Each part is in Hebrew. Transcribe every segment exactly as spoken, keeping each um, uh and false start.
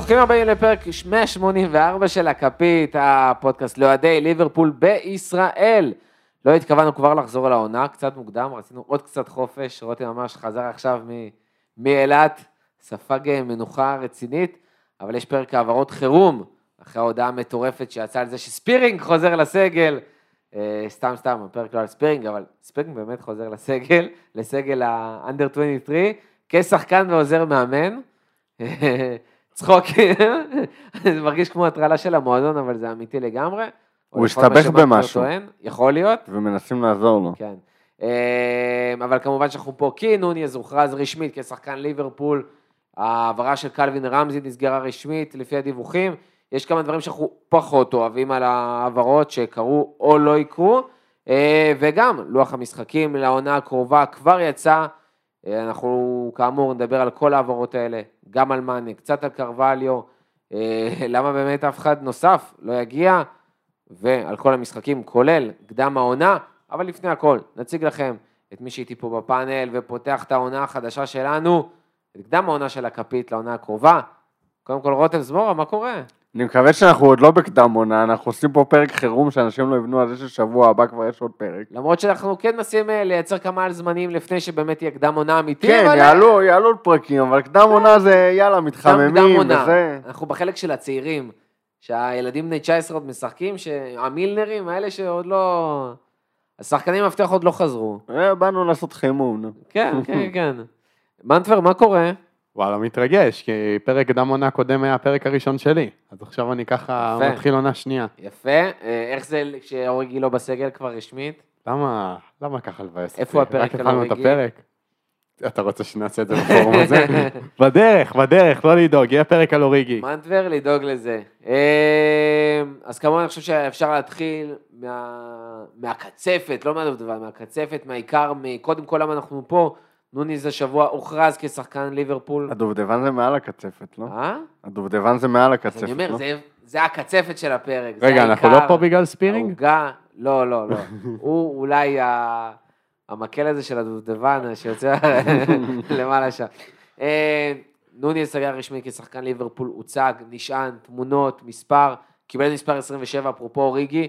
ברוכים הבאים לפרק מאה שמונים וארבע של הכפית, הפודקאסט לאוהדי ליברפול בישראל. לא התכוונו כבר לחזור על העונה, קצת מוקדם, רצינו עוד קצת חופש, רותם ממש חזר עכשיו מאילת, ספג מנוחה רצינית, אבל יש פרק העברות חירום, אחרי ההודעה המטורפת שיצאה על זה שספירינג חוזר לסגל, סתם סתם, הפרק לא על ספירינג, אבל ספירינג באמת חוזר לסגל, לסגל ה-אנדר עשרים ושלוש, כשחקן ועוזר מאמן, צחוק, זה מרגיש כמו הטרלה של המועדון, אבל זה אמיתי לגמרי. הוא השתבח במשהו. יכול להיות. ומנסים לעזור לו. כן. אבל כמובן שאנחנו פה, כי נוניז הוכרז רשמית כשחקן ליברפול, העברה של קלווין רמזי נסגרה רשמית לפי הדיווחים, יש כמה דברים שאנחנו פחות אוהבים על העברות שקרו או לא יקרו, וגם לוח המשחקים לעונה הקרובה כבר יצא, אנחנו כאמור נדבר על כל העברות האלה, גם על מאנה, קצת על קרווליו, למה באמת אף אחד נוסף לא יגיע, ועל כל המשחקים כולל קדם העונה, אבל לפני הכל נציג לכם את מי שהייתי פה בפאנל ופותח את העונה החדשה שלנו, את קדם העונה של הכפית לעונה הקרובה. קודם כל רותם זמורה, מה קורה? אני מקווה שאנחנו עוד לא בקדם עונה, אנחנו עושים פה פרק חירום שאנשים לא יבנו על זה ששבוע הבא כבר יש עוד פרק. למרות שאנחנו כן מנסים לייצר כמה זמנים לפני שבאמת יהיה קדם עונה אמיתי. כן, אבל... יעלו, יעלו עוד פרקים, אבל קדם עונה זה יאללה, מתחממים וזה. אנחנו בחלק של הצעירים, שהילדים בני תשע עשרה עוד משחקים, שהמילנרים האלה שעוד לא... השחקנים המפתח עוד לא חזרו. באנו לעשות חימום, נו. כן, כן, כן. מנטבר, מה קורה? וואלה, מתרגש, כי פרק קדם עונה קודם היה הפרק הראשון שלי, אז עכשיו אני ככה יפה. מתחיל עונה שנייה. יפה, איך זה כשאוריגי לא בסגל כבר רשמית? למה, למה ככה לבאס אותי? איפה הפרק על אוריגי? את הפרק? אתה רוצה שנעשה את זה בפורום הזה? בדרך, בדרך, לא לדאוג, יהיה פרק על אוריגי. מנטבר, לדאוג לזה. אז כמובן אני חושב שאפשר להתחיל מה... מהקצפת, לא מהדובדבן, מהקצפת, מהעיקר, קודם כל למה אנחנו פה, נוניז השבוע הוכרז כשחקן ליברפול. הדובדבן זה מעל הקצפת, לא? אה? הדובדבן זה מעל הקצפת, לא? אני אומר, לא? זה, זה הקצפת של הפרק. רגע, אנחנו לא פה בגלל ספירינג? ההוגה, לא, לא, לא. הוא אולי ה... המקל הזה של הדובדבן שיוצא למעלה שם. נוניז סגר רשמי כשחקן ליברפול, הוצג, נשען, תמונות, מספר, קיבל מספר עשרים ושבע, אפרופו אוריגי,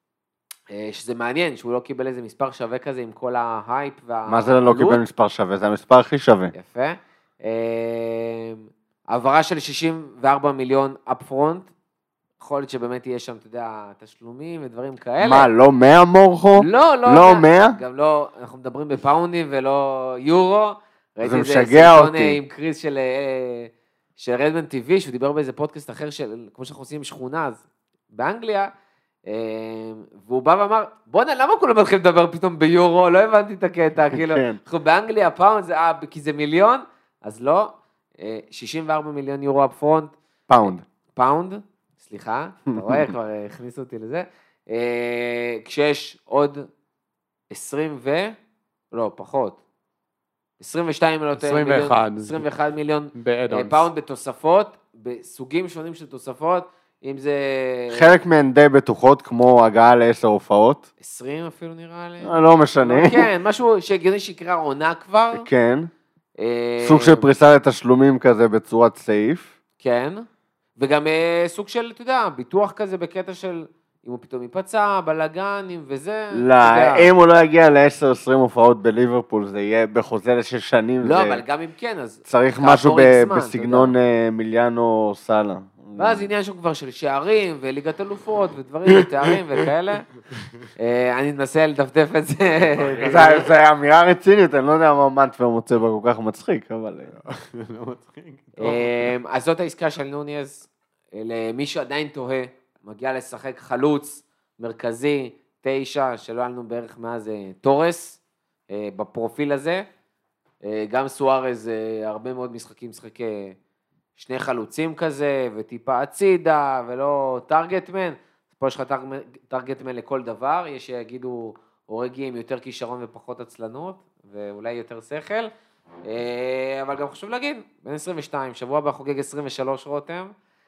שזה מעניין, שהוא לא קיבל איזה מספר שווה כזה עם כל ההייפ והעלות. מה זה לא קיבל מספר שווה? זה המספר הכי שווה. יפה. העברה של שישים וארבעה מיליון אפפרונט, יכול להיות שבאמת יהיה שם, אתה יודע, תשלומים ודברים כאלה. מה, לא מאה מורחו? לא, לא. לא מאה? גם לא, אנחנו מדברים בפאונדים ולא יורו. זה משגע אותי. עם קריס של... של רדמן טיווי, שהוא דיבר באיזה פודקאסט אחר, של, כמו שאנחנו עושים שכונה, אז באנגליה, והוא בא ואמר, בוא'נה, למה כולם מתחילים לדבר פתאום ביורו? לא הבנתי את הקטע, כאילו, אנחנו באנגליה, פאונד, זה, אה, כי זה מיליון, אז לא, שישים וארבעה מיליון יורו אפפרונט. פאונד. פאונד, סליחה, אתה רואה, כבר הכניסו אותי לזה, כשיש עוד עשרים ו... לא, פחות. עשרים ושתיים מיליון, עשרים ואחד מיליון פאונד בתוספות, בסוגים שונים של תוספות, אם זה... חלק מהן די בטוחות, כמו הגעה לעשר הופעות. עשרים אפילו נראה לי. לא משנה. כן, משהו שהגיוני שיקרא עונה כבר. כן. סוג של פריסה לתשלומים כזה בצורת סעיף. כן. וגם סוג של, אתה יודע, ביטוח כזה בקטע של... אם הוא פתאום ייפצע, בלגנים וזה. לא, אם הוא לא יגיע ל-עשר עשרים הופעות בליברפול, זה יהיה בחוזה לשש שנים. לא, אבל גם אם כן, אז... צריך משהו בסגנון מיליאנו סאלה. ואז עניין שהוא כבר של שערים, וליגת אלופות, ודברים, ותארים וכאלה. אני אנסה לדפדף את זה. זה אמירה רצינית, אני לא יודע מה מנטבר מוצא בה כל כך מצחיק, אבל... לא מצחיק. אז זאת העסקה של נוניז, למי שעדיין תוהה, מגיע לשחק חלוץ, מרכזי, תשע, שלא היה לנו בערך מאז טורס, בפרופיל הזה. גם סוארז, הרבה מאוד משחקים, משחק שני חלוצים כזה, וטיפה הצידה, ולא טרגטמן. פה יש לך טרגטמן לכל דבר, יש שיגידו אוריגי עם יותר כישרון ופחות עצלנות, ואולי יותר שכל. אבל גם חשוב להגיד, בין עשרים ושתיים, שבוע הבא חוגג עשרים ושלוש רותם,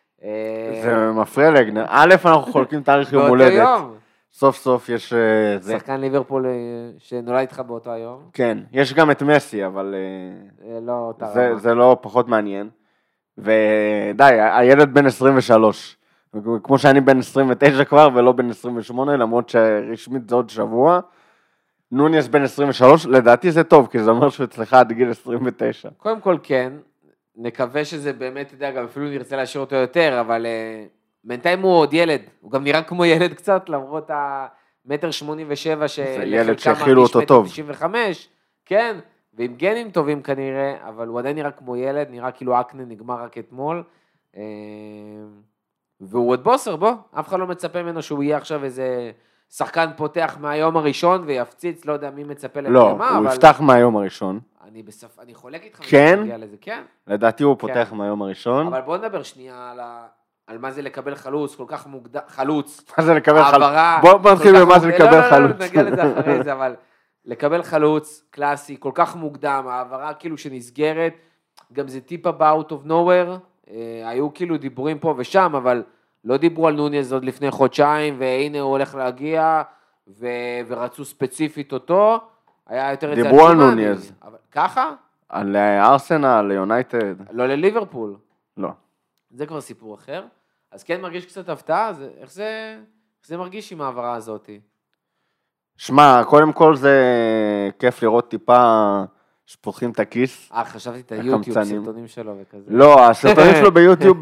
זה מפריע לגנה. א', אנחנו חולקים תאריך יום הולדת. סוף סוף יש... שחקן ליברפול שנולד איתך באותו היום. כן, יש גם את מסי, אבל... לא, זה לא פחות מעניין. ודי, הילד בן עשרים ושלוש, כמו שאני בן עשרים ותשע כבר ולא בן עשרים ושמונה, למרות שרשמית זה עוד שבוע, נוניס בן עשרים ושלוש, לדעתי זה טוב, כי זה אומר שהוא אצלך עד גיל עשרים ותשע. קודם כל כן, נקווה שזה באמת, אתה יודע, גם אפילו נרצה להשאיר אותו יותר, אבל uh, בינתיים הוא עוד ילד, הוא גם נראה כמו ילד קצת, למרות המטר שמונים ושבע, ילד שהכילו אותו טוב. תשעים וחמש, כן, ועם גנים טובים כנראה, אבל הוא עדיין נראה כמו ילד, נראה כאילו אקנה נגמר רק אתמול, uh, והוא עוד בוסר, בוא, אף אחד לא מצפה ממנו שהוא יהיה עכשיו איזה שחקן פותח מהיום הראשון ויפציץ, לא יודע מי מצפה למה, לא, הוא אבל... יפתח מהיום הראשון. אני, בספ... אני חולק איתך, כן? לזה, כן? לדעתי הוא פותח כן. מהיום הראשון. אבל בוא נדבר שנייה על, ה... על מה זה לקבל חלוץ, כל כך מוקדם, חלוץ. מה זה לקבל העברה, חלוץ? בוא נתחיל במה זה לקבל לא, לא, חלוץ. לא, נגיע לזה אחרי זה, אבל לקבל חלוץ קלאסי, כל כך מוקדם, העברה כאילו שנסגרת, גם זה טיפה באוט אוף נוואר, היו כאילו דיבורים פה ושם, אבל לא דיברו על נוניס עוד לפני חודשיים, והנה הוא הולך להגיע, ו... ורצו ספציפית אותו, היה יותר את זה... דיברו על נוניס. ככה? על ארסנל, ליונייטד. לא לליברפול. לא. זה כבר סיפור אחר. אז כן מרגיש קצת הפתעה, זה... איך זה... איך זה מרגיש עם העברה הזאת? שמע, קודם כל זה כיף לראות טיפה שפותחים את הכיס. אה, חשבתי את היוטיוב, סרטונים שלו וכזה. לא, הסרטונים שלו ביוטיוב...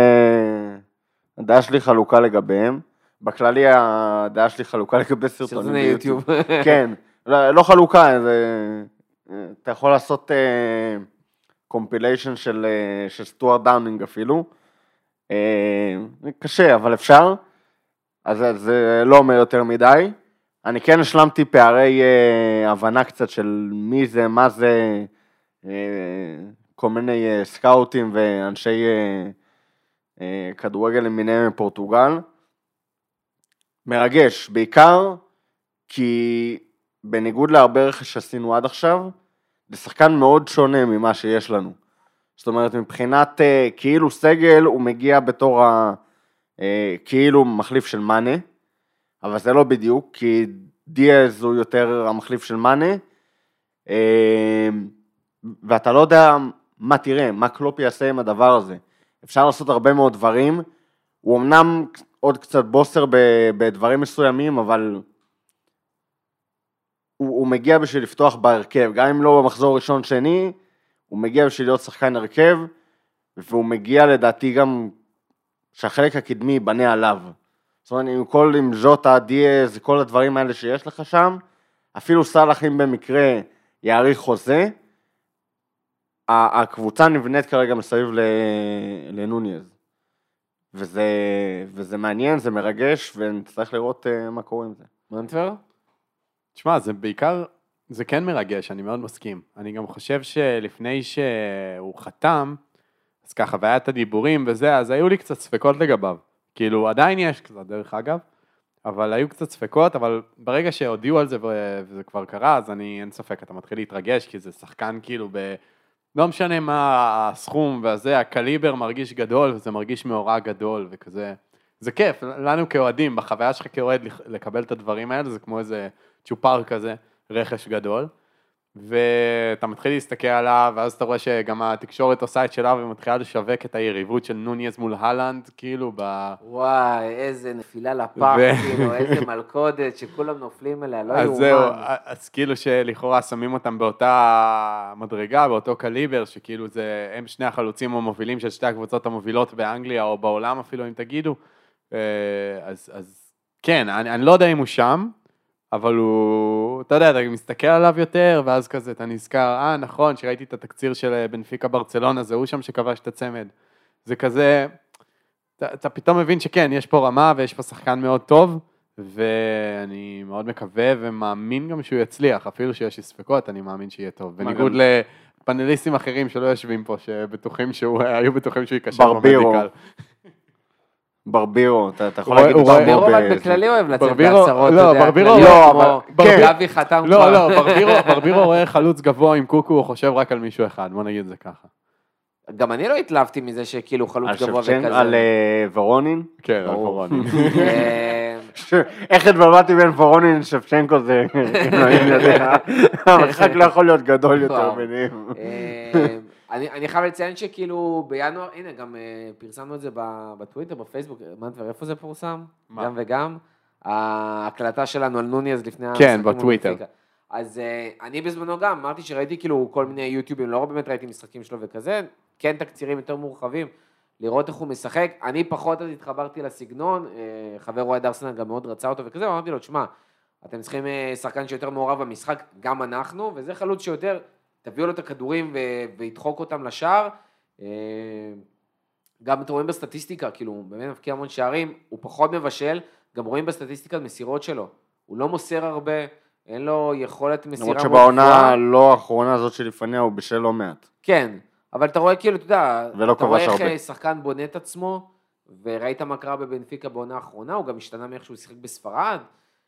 הדעה שלי חלוקה לגביהם, בכללי הדעה שלי חלוקה לגבי סרטונים ביוטיוב. כן, לא חלוקה, אתה יכול לעשות קומפיליישן של סטוארט דאונינג אפילו, קשה, אבל אפשר, אז זה לא אומר יותר מדי. אני כן השלמתי פערי הבנה קצת של מי זה, מה זה, כל מיני סקאוטים ואנשי... כדורגל למיניהם מפורטוגל, מרגש, בעיקר כי בניגוד להרבה רכש שעשינו עד עכשיו, זה שחקן מאוד שונה ממה שיש לנו. זאת אומרת, מבחינת כאילו סגל, הוא מגיע בתור ה, כאילו מחליף של מנה, אבל זה לא בדיוק, כי דיאז הוא יותר המחליף של מנה, ואתה לא יודע מה תראה, מה קלופ יעשה עם הדבר הזה. אפשר לעשות הרבה מאוד דברים, הוא אמנם עוד קצת בוסר בדברים מסוימים, אבל הוא, הוא מגיע בשביל לפתוח בהרכב, גם אם לא במחזור ראשון שני, הוא מגיע בשביל להיות שחקן הרכב, והוא מגיע לדעתי גם שהחלק הקדמי ייבנה עליו. זאת אומרת, עם כל, עם ז'וטה, דיאז, כל הדברים האלה שיש לך שם, אפילו סלאח אם במקרה יאריך חוזה, הקבוצה נבנית כרגע מסביב לנוניז, וזה, וזה מעניין, זה מרגש, ונצטרך לראות מה קורה עם זה. מנטבר? תשמע, זה בעיקר, זה כן מרגש, אני מאוד מסכים. אני גם חושב שלפני שהוא חתם, אז ככה, והיה את הדיבורים וזה, אז היו לי קצת ספקות לגביו. כאילו, עדיין יש קצת, דרך אגב, אבל היו קצת ספקות, אבל ברגע שהודיעו על זה וזה כבר קרה, אז אני, אין ספק, אתה מתחיל להתרגש, כי זה שחקן כאילו ב... לא משנה מה הסכום והזה, הקליבר מרגיש גדול, וזה מרגיש מאורע גדול וכזה. זה כיף, לנו כאוהדים, בחוויה שלך כאוהד לקבל את הדברים האלה, זה כמו איזה צ'ופר כזה, רכש גדול, ואתה מתחיל להסתכל עליו, ואז אתה רואה שגם התקשורת עושה את שלה, ומתחילה לשווק את היריבות של נוניס מול הלנד, כאילו ב... וואי, איזה נפילה לפח, כאילו, איזה מלכודת, שכולם נופלים אליה, לא יאומן. אז זהו, אז כאילו שלכאורה שמים אותם באותה מדרגה, באותו קליבר, שכאילו זה, הם שני החלוצים המובילים של שתי הקבוצות המובילות באנגליה, או בעולם אפילו, אם תגידו. אז, אז כן, אני, אני לא יודע אם הוא שם, אבל הוא, אתה יודע, אתה מסתכל עליו יותר, ואז כזה אתה נזכר, אה, נכון, שראיתי את התקציר של בנפיקה ברצלונה, זה הוא שם שכבש את הצמד. זה כזה, אתה, אתה פתאום מבין שכן, יש פה רמה, ויש פה שחקן מאוד טוב, ואני מאוד מקווה ומאמין גם שהוא יצליח, אפילו שיש לי ספקות, אני מאמין שיהיה טוב. בניגוד לפאנליסטים אחרים שלא יושבים פה, שבטוחים שהוא, היו בטוחים שהוא יקשר במדיקל. ברבירו, אתה יכול להגיד ברבירו, אבל בכללי אוהב לצאת בהצהרות, לא, ברבירו, לא, אבל גבי חתם כבר. לא, לא, ברבירו רואה חלוץ גבוה עם קוקו, הוא חושב רק על מישהו אחד, בוא נגיד את זה ככה. גם אני לא התלהבתי מזה שכאילו חלוץ גבוה וכזה. על ורונין? כן, על ורונין. איך התבלבלתי בין ורונין לשפצ'נקו זה, המרחק לא יכול להיות גדול יותר ביניהם. אני, אני חייב לציין שכאילו בינואר, הנה, גם uh, פרסמנו את זה בטוויטר, בפייסבוק, מנטבר, איפה זה פורסם? מה? גם וגם. ההקלטה שלנו על נוניאז לפני... כן, בטוויטר. אז uh, אני בזמנו גם אמרתי שראיתי כאילו כל מיני יוטיובים, לא באמת ראיתי משחקים שלו וכזה, כן תקצירים יותר מורחבים, לראות איך הוא משחק. אני פחות אז התחברתי לסגנון, uh, חבר אוהד ארסנל גם מאוד רצה אותו וכזה, ואמרתי לו, תשמע, אתם צריכים uh, שחקן שיותר מעורב במשחק, גם אנחנו, וזה חלוץ שיותר... תביאו לו את הכדורים וידחוק אותם לשער. גם אתם רואים בסטטיסטיקה, כאילו, הוא באמת מפקיע המון שערים, הוא פחות מבשל, גם רואים בסטטיסטיקת מסירות שלו. הוא לא מוסר הרבה, אין לו יכולת מסירה. למרות שבעונה לא האחרונה הזאת שלפניה הוא בשל לא מעט. כן, אבל אתה רואה כאילו, אתה יודע, אתה רואה איך שחקן בונה את עצמו, וראית מה קרה בבנפיקה בעונה האחרונה, הוא גם השתנה מאיך שהוא שיחק בספרד.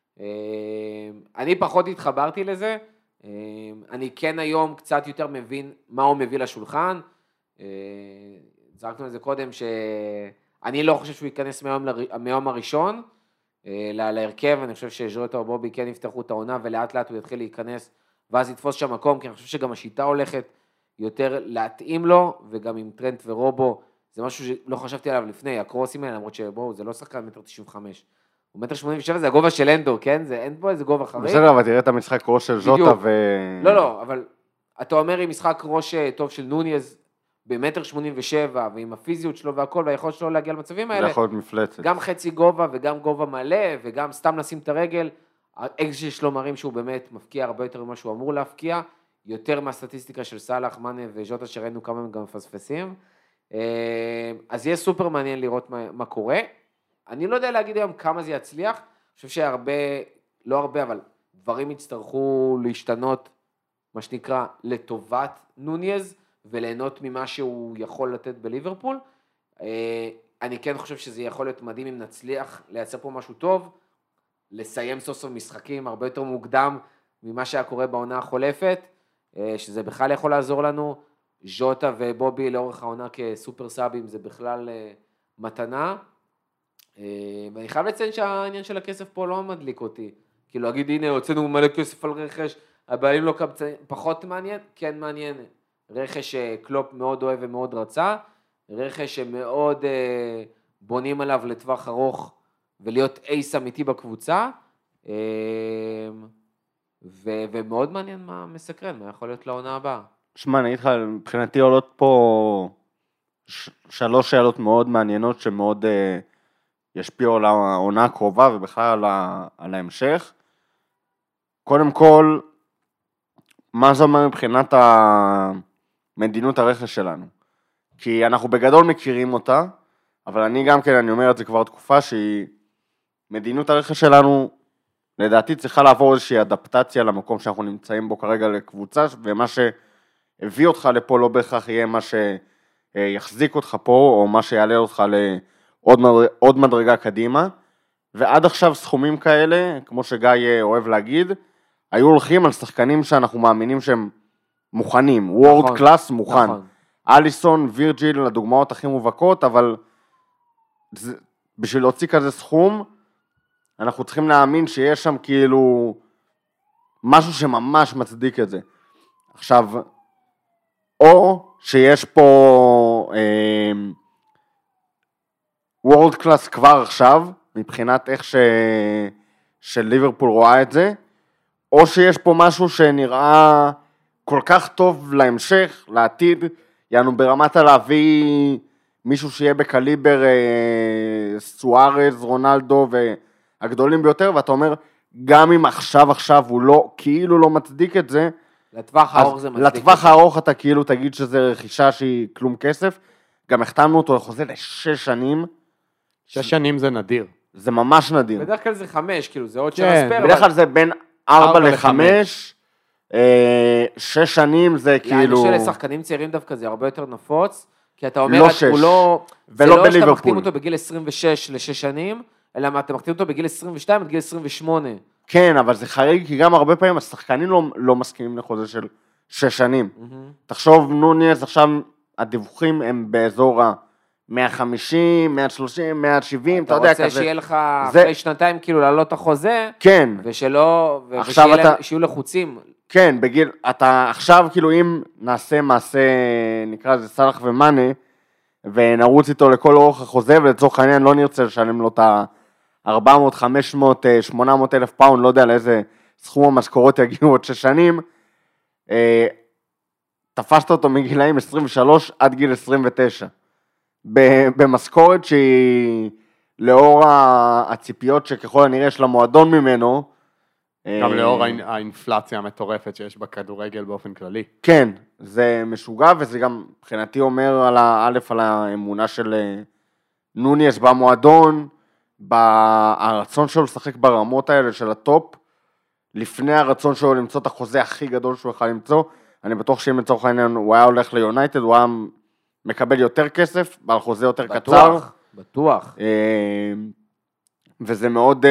אני פחות התחברתי לזה, אני כן היום קצת יותר מבין מה הוא מביא לשולחן, זרקנו את זה קודם שאני לא חושב שהוא ייכנס מהיום, מהיום הראשון להרכב, אני חושב שז'וטה או בובי כן יפתחו את העונה ולאט לאט הוא יתחיל להיכנס ואז יתפוס שם מקום, כי אני חושב שגם השיטה הולכת יותר להתאים לו, וגם עם טרנט ורובו, זה משהו שלא חשבתי עליו לפני, הקרוסים האלה, למרות שבואו, זה לא שחקן מטר תשעים וחמש. הוא מטר שמונים ושבע, זה הגובה של אנדו, כן? זה, אין פה איזה גובה חריג. בסדר, אבל תראה את המשחק ראש של ז'וטה ו... לא, לא, אבל אתה אומר עם משחק ראש טוב של נוניאז, במטר שמונים ושבע, ועם הפיזיות שלו והכל, והיכולת שלו להגיע למצבים האלה. זה יכול להיות מפלצת. גם חצי גובה וגם גובה מלא, וגם סתם לשים את הרגל, האקזי שלו מראים שהוא באמת מפקיע הרבה יותר ממה שהוא אמור להפקיע, יותר מהסטטיסטיקה של סלאח, מאנה וז'וטה שראינו כמה הם גם מפספסים. אז יהיה סופר מעניין לראות מה, מה קורה. אני לא יודע להגיד היום כמה זה יצליח, אני חושב שהרבה, לא הרבה, אבל דברים יצטרכו להשתנות, מה שנקרא, לטובת נוניאז, וליהנות ממה שהוא יכול לתת בליברפול. אני כן חושב שזה יכול להיות מדהים אם נצליח לייצר פה משהו טוב, לסיים סוף סוף משחקים הרבה יותר מוקדם ממה שהיה קורה בעונה החולפת, שזה בכלל יכול לעזור לנו. ז'וטה ובובי לאורך העונה כסופר סאבים זה בכלל מתנה. ואני חייב לציין שהעניין של הכסף פה לא מדליק אותי. כאילו להגיד הנה הוצאנו מלא כסף על רכש, הבעלים לא קבצנים, פחות מעניין, כן מעניין. רכש שקלופ מאוד אוהב ומאוד רצה, רכש שמאוד בונים עליו לטווח ארוך ולהיות אייס אמיתי בקבוצה. ו- ומאוד מעניין מה מסקרן, מה יכול להיות לעונה הבאה. שמע, אני אגיד לך, מבחינתי עולות פה ש- שלוש שאלות מאוד מעניינות, שמאוד אה, ישפיעו על העונה הקרובה, ובכלל על, ה- על ההמשך. קודם כל, מה זה אומר מבחינת המדינות הרכש שלנו? כי אנחנו בגדול מכירים אותה, אבל אני גם כן, אני אומר את זה כבר תקופה, שהיא מדינות הרכש שלנו, לדעתי צריכה לעבור איזושהי אדפטציה למקום שאנחנו נמצאים בו כרגע לקבוצה, ומה שהביא אותך לפה לא בהכרח יהיה מה שיחזיק אותך פה, או מה שיעלה אותך לעוד מדרגה קדימה, ועד עכשיו סכומים כאלה, כמו שגיא אוהב להגיד, היו הולכים על שחקנים שאנחנו מאמינים שהם מוכנים, וורד קלאס מוכן. אליסון, וירג'יל, לדוגמאות הכי מובהקות, אבל זה, בשביל להוציא כזה סכום, אנחנו צריכים להאמין שיש שם כאילו משהו שממש מצדיק את זה. עכשיו, או שיש פה אה, וורד קלאס כבר עכשיו, מבחינת איך ש... של ליברפול רואה את זה, או שיש פה משהו שנראה כל כך טוב להמשך, לעתיד, יענו ברמת להביא מישהו שיהיה בקליבר אה, סוארז, רונלדו והגדולים ביותר, ואתה אומר, גם אם עכשיו עכשיו הוא לא, כאילו לא מצדיק את זה, לטווח הארוך זה מצדיק. לטווח הארוך אתה כאילו תגיד שזה רכישה שהיא כלום כסף, גם החתמנו אותו לחוזה לשש שנים. שש שנים זה נדיר. זה ממש נדיר. בדרך כלל זה חמש, כאילו זה עוד כן, שנה ספר. בדרך כלל זה בין ארבע לחמש, שש שנים זה כאילו... לאן שלשחקנים צעירים דווקא זה הרבה יותר נפוץ, כי אתה אומר, לא שש, הוא לא... ולא זה לא שאתה מחתים בליברפול. אותו בגיל עשרים ושש לשש שנים, אלא מה, אתה מחתים אותו בגיל עשרים ושתיים עד גיל עשרים ושמונה. כן, אבל זה חריג, כי גם הרבה פעמים השחקנים לא, לא מסכימים לחוזה של שש שנים. תחשוב, נוניאז, עכשיו הדיווחים הם באזור ה-מאה וחמישים, מאה ושלושים, מאה ושבעים, אתה יודע כזה. אתה רוצה שיהיה לך אחרי שנתיים כאילו לעלות את החוזה, כן. ושלא, עכשיו אתה... ושיהיו לחוצים. כן, בגיל, אתה עכשיו כאילו אם נעשה מעשה, נקרא לזה סלח ומאנה, ונרוץ איתו לכל אורך החוזה, ולצורך העניין לא נרצה לשלם לו את ה-ארבע מאות, חמש מאות, שמונה מאות אלף פאונד, לא יודע לאיזה סכום המשכורות יגיעו עוד שש שנים, תפסת אותו מגילאים עשרים ושלוש עד גיל עשרים ותשע, במשכורת שהיא לאור הציפיות שככל הנראה יש למועדון ממנו, גם לאור האינפלציה המטורפת שיש בכדורגל באופן כללי. כן, זה משוגע, וזה גם מבחינתי אומר על א' על האמונה של נוניס במועדון, ברצון שלו לשחק ברמות האלה של הטופ, לפני הרצון שלו למצוא את החוזה הכי גדול שהוא יכול למצוא. אני בטוח שאם לצורך העניין הוא היה הולך ליונייטד, הוא היה מקבל יותר כסף, בעל חוזה יותר בטוח, קצר. בטוח, בטוח. וזה מאוד...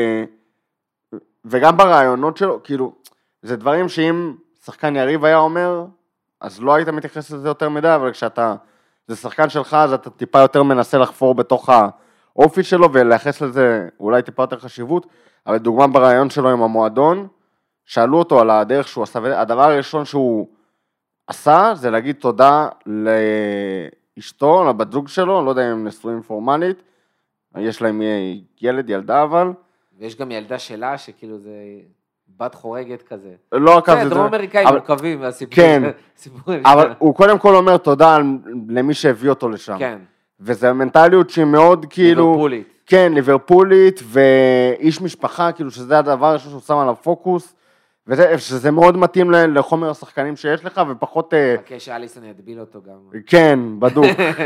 וגם ברעיונות שלו, כאילו, זה דברים שאם שחקן יריב היה אומר, אז לא היית מתייחס לזה יותר מדי, אבל כשאתה, זה שחקן שלך, אז אתה טיפה יותר מנסה לחפור בתוך האופי שלו, ולייחס לזה אולי טיפה יותר חשיבות, אבל דוגמה ברעיון שלו עם המועדון, שאלו אותו על הדרך שהוא עשה, והדבר הראשון שהוא עשה, זה להגיד תודה לאשתו, לבת זוג שלו, לא יודע אם הם נשואים פורמלית, יש להם ילד, ילדה אבל, ויש גם ילדה שלה, שכאילו זה בת חורגת כזה. לא עקב זה דרום אמריקאים מורכבים, כן, אבל הוא קודם כל אומר תודה למי שהביא אותו לשם. כן. וזו מנטליות שהיא מאוד כאילו... ליברפולית. כן, ליברפולית, ואיש משפחה, כאילו שזה הדבר שהוא שם על הפוקוס, ושזה מאוד מתאים לחומר השחקנים שיש לך, ופחות... חכה שאליסון ידביל אותו גם. כן, בדוק.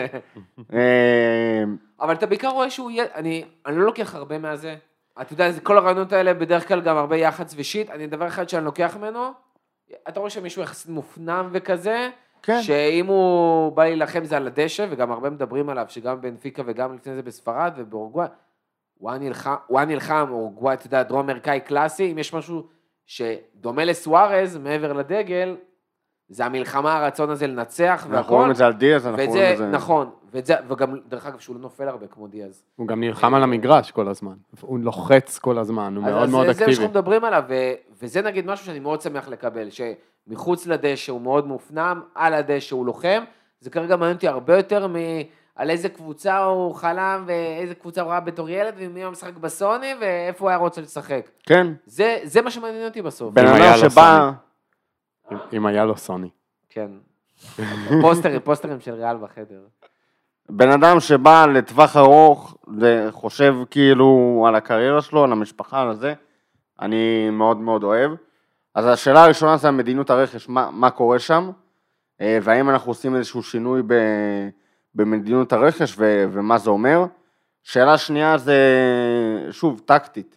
אבל אתה בעיקר רואה שהוא... אני לא לוקח הרבה מהזה. אתה יודע, כל הרעיונות האלה בדרך כלל גם הרבה יח"צ ושיט, אני דבר אחד שאני לוקח ממנו, אתה רואה שמישהו יחסית מופנם וכזה, כן. שאם הוא בא להילחם זה על הדשא, וגם הרבה מדברים עליו, שגם בנפיקה וגם לפני זה בספרד ובאורוגוואי, הוא היה נלחם, אורוגוואי, אתה יודע, דרום אמריקאי קלאסי, אם יש משהו שדומה לסוארז, מעבר לדגל, זה המלחמה, הרצון הזה לנצח והכל. אנחנו רואים את זה על דיאז, אנחנו רואים את זה... נכון, וזה, וגם, דרך אגב, שהוא לא נופל הרבה כמו דיאז. הוא גם נלחם על המגרש כל הזמן, הוא לוחץ כל הזמן, הוא מאוד מאוד אקטיבי. אקטיבי. זה מה שאנחנו מדברים עליו, וזה נגיד משהו שאני מאוד שמח לקבל, שמחוץ לדשא הוא מאוד מופנם, על הדשא הוא לוחם, זה כרגע מעניין אותי הרבה יותר על איזה קבוצה הוא חלם, ואיזה קבוצה הוא ראה בתור ילד, ומי הוא משחק בסוני, ואיפה הוא היה רוצה לשחק. כן. זה, זה מה שמעניין אותי בסוף. בן אדם שבא... אם היה לו סוני. כן. פוסטרים, פוסטרים של ריאל בחדר. בן אדם שבא לטווח ארוך, וחושב כאילו על הקריירה שלו, על המשפחה, על זה, אני מאוד מאוד אוהב. אז השאלה הראשונה זה המדיניות הרכש, מה, מה קורה שם, והאם אנחנו עושים איזשהו שינוי במדיניות הרכש, ו, ומה זה אומר. שאלה שנייה זה, שוב, טקטית.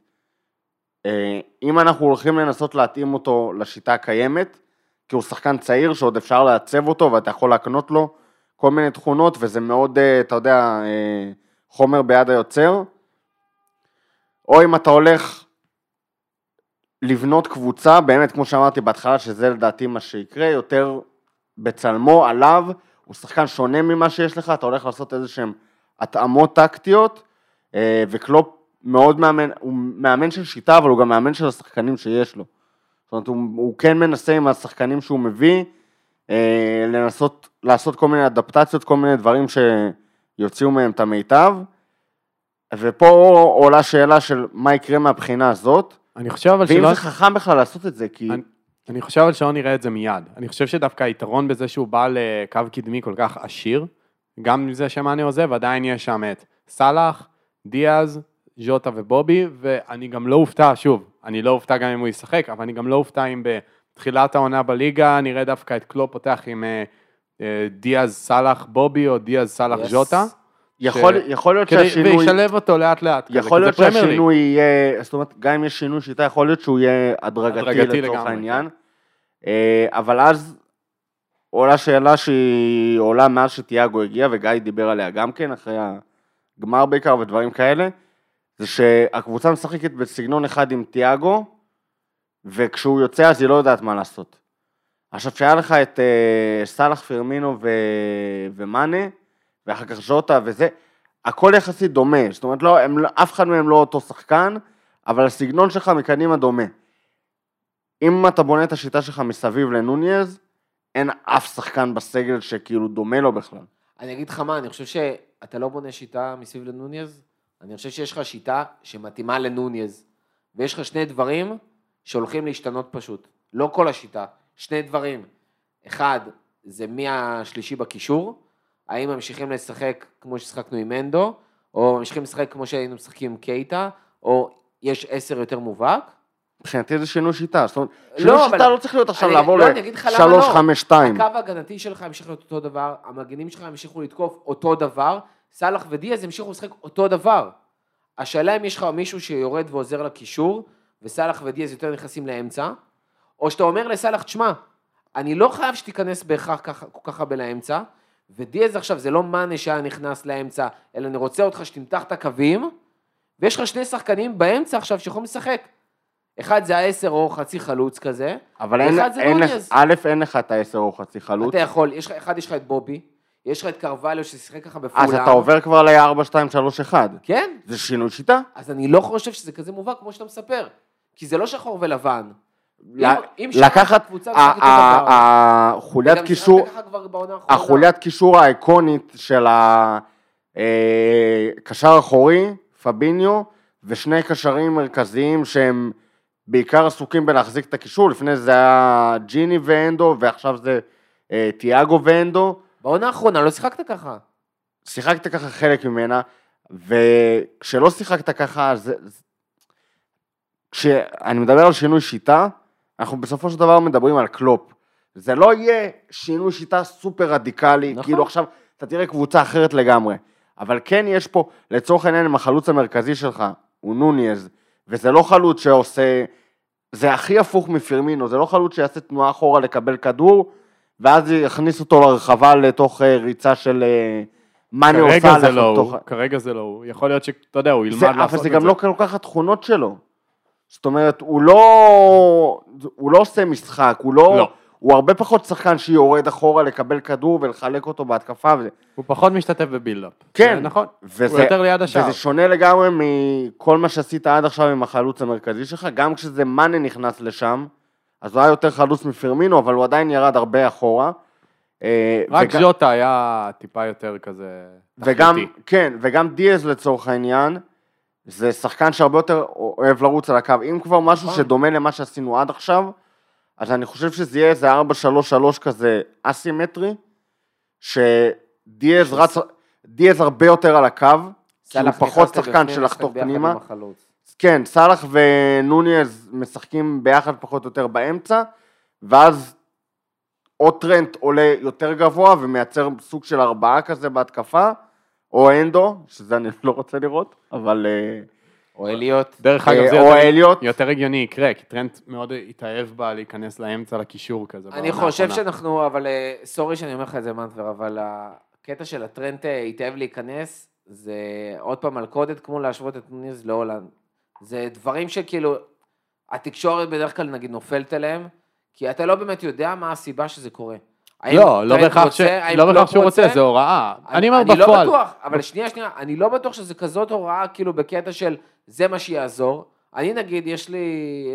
אם אנחנו הולכים לנסות להתאים אותו לשיטה הקיימת, כי הוא שחקן צעיר שעוד אפשר לעצב אותו, ואתה יכול להקנות לו כל מיני תכונות, וזה מאוד, אתה יודע, חומר ביד היוצר, או אם אתה הולך לבנות קבוצה, באמת, כמו שאמרתי בהתחלה, שזה לדעתי מה שיקרה, יותר בצלמו, עליו, הוא שחקן שונה ממה שיש לך, אתה הולך לעשות איזה שהם התאמות טקטיות, וקלופ מאוד מאמן, הוא מאמן של שיטה, אבל הוא גם מאמן של השחקנים שיש לו. זאת אומרת, הוא, הוא כן מנסה עם השחקנים שהוא מביא, אה, לנסות, לעשות כל מיני אדפטציות, כל מיני דברים שיוציאו מהם את המיטב, ופה עולה שאלה של מה יקרה מהבחינה הזאת, אני חושב אבל ואם שלא... זה חכם בכלל לעשות את זה, כי... אני, אני חושב אבל שלא נראה את זה מיד. אני חושב שדווקא היתרון בזה שהוא בא לקו קדמי כל כך עשיר, גם מזה שמאני עוזב, עדיין יש שם את סלאח, דיאז, ז'וטה ובובי, ואני גם לא אופתע, שוב, אני לא אופתע גם אם הוא ישחק, אבל אני גם לא אופתע אם בתחילת העונה בליגה, נראה דווקא את קלופ פותח עם דיאז סלאח בובי, או דיאז סלאח yes. ז'וטה. יכול, ש... יכול להיות שהשינוי... וישלב אותו לאט לאט. יכול להיות שהשינוי יהיה, זאת אומרת, גם אם יש שינוי שיטה, יכול להיות שהוא יהיה הדרגתי, הדרגתי לצורך העניין. אבל אז עולה שאלה שהיא עולה מאז שתיאגו הגיע, וגיא דיבר עליה גם כן, אחרי הגמר בעיקר ודברים כאלה, זה שהקבוצה משחקת בסגנון אחד עם תיאגו, וכשהוא יוצא אז היא לא יודעת מה לעשות. עכשיו שהיה לך את uh, סלאח, פירמינו ו... ומאנה, ואחר כך ז'וטה וזה, הכל יחסית דומה, זאת אומרת, לא, הם, אף אחד מהם לא אותו שחקן, אבל הסגנון שלך מקדימה דומה. אם אתה בונה את השיטה שלך מסביב לנוניז, אין אף שחקן בסגל שכאילו דומה לו בכלל. אני אגיד לך מה, אני חושב שאתה לא בונה שיטה מסביב לנוניז, אני חושב שיש לך שיטה שמתאימה לנוניז, ויש לך שני דברים שהולכים להשתנות פשוט, לא כל השיטה, שני דברים, אחד, זה מי השלישי בקישור, האם ממשיכים לשחק כמו ששחקנו עם אנדו, או ממשיכים לשחק כמו שהיינו משחקים עם קייטה, או יש עשר יותר מובהק, מבחינתי זה שינוי שיטה, זאת אומרת, שינוי שיטה אבל... לא צריך להיות עכשיו אני, לעבור לא, ל-שלוש חמש שתיים. הקו ההגנתי שלך המשיך להיות אותו דבר, המגנים שלך המשיכו לתקוף אותו דבר, סלח ודיאז המשיכו לשחק אותו דבר. השאלה אם יש לך מישהו שיורד ועוזר לקישור, וסלח ודיאז יותר נכנסים לאמצע, או שאתה אומר לסלח, תשמע, אני לא חייב שתיכנס בהכרח ככה, כל כך הרבה לאמצע, ודיאז עכשיו זה לא מאנה שהיה נכנס לאמצע, אלא אני רוצה אותך שתמתח את הקווים, ויש לך שני שחקנים באמצע עכשיו שיכולים לשחק. אחד זה העשר או חצי חלוץ כזה, אבל אין, אין, א', אין לך את העשר או חצי חלוץ. אתה יכול, יש לך, אחד יש לך את בובי, יש לך את קרווליו ששיחק ככה בפולה. אז אתה עובר כבר ל-ארבע שתיים שלוש אחת. כן. זה שינוי שיטה. אז אני לא חושב שזה כזה מובהק כמו שאתה מספר, כי זה לא שחור ולבן. לקחת, החוליית קישור, החוליית קישור האיקונית של הקשר האחורי, פביניו, ושני קשרים מרכזיים שהם בעיקר עסוקים בלהחזיק את הקישור, לפני זה היה ג'יני ואנדו, ועכשיו זה אה, תיאגו ואנדו. בעונה האחרונה לא שיחקת ככה. שיחקת ככה חלק ממנה, וכשלא שיחקת ככה, זה, כשאני מדבר על שינוי שיטה, אנחנו בסופו של דבר מדברים על קלופ. זה לא יהיה שינוי שיטה סופר רדיקלי, נכון. כאילו עכשיו אתה תראה קבוצה אחרת לגמרי, אבל כן יש פה, לצורך העניין עם החלוץ המרכזי שלך, הוא נוניז, וזה לא חלוץ שעושה, זה הכי הפוך מפירמינו, זה לא חלוץ שיעשה תנועה אחורה לקבל כדור, ואז יכניס אותו לרחבה לתוך ריצה של מאני עושה. כרגע זה לא הוא, כרגע זה לא הוא, יכול להיות שאתה יודע, הוא ילמד לעשות את זה. אבל זה גם לא כל כך התכונות שלו, זאת אומרת, הוא לא, הוא לא עושה משחק, הוא לא, לא. הוא הרבה פחות שחקן שיורד אחורה לקבל כדור ולחלק אותו בהתקפה. וזה. הוא פחות משתתף בבילדאפ. כן. נכון, וזה, הוא יותר ליד השאר. וזה שונה לגמרי מכל מה שעשית עד עכשיו עם החלוץ המרכזי שלך, גם כשזה מאנה נכנס לשם, אז הוא היה יותר חלוץ מפירמינו, אבל הוא עדיין ירד הרבה אחורה. רק וגם, ז'וטה היה טיפה יותר כזה וגם, תחליטי. כן, וגם דיאז לצורך העניין, זה שחקן שהרבה יותר אוהב לרוץ על הקו. אם כבר משהו שדומה למה שעשינו עד עכשיו, אז אני חושב שזה יהיה איזה ארבע שלוש שלוש כזה אסימטרי, שדיאז רץ, דיאז הרבה יותר על הקו, כי הוא פחות שחקן של לחתוך פנימה. כן, סלח ונוניז משחקים ביחד פחות או יותר באמצע, ואז או טרנט עולה יותר גבוה ומייצר סוג של ארבעה כזה בהתקפה, או אנדו, שזה אני לא רוצה לראות, אבל... או אליות. דרך אגב, זה או יותר, אליות. יותר הגיוני יקרה, כי טרנט מאוד התאהב בה להיכנס לאמצע לקישור כזה. אני חושב שאנחנו, אבל סורי שאני אומר לך את זה מנטבר, אבל הקטע של הטרנט התאהב להיכנס, זה עוד פעם על קודת כמו להשוות את נוניז להולנד. זה דברים שכאילו, התקשורת בדרך כלל נגיד נופלת עליהם, כי אתה לא באמת יודע מה הסיבה שזה קורה. לא, לא בהכרח שהוא רוצה, זה הוראה. אני אומר בפועל. אני לא בטוח, אבל שנייה, שנייה, אני לא בטוח שזה כזאת הוראה, כאילו בקטע של זה מה שיעזור. אני נגיד, יש לי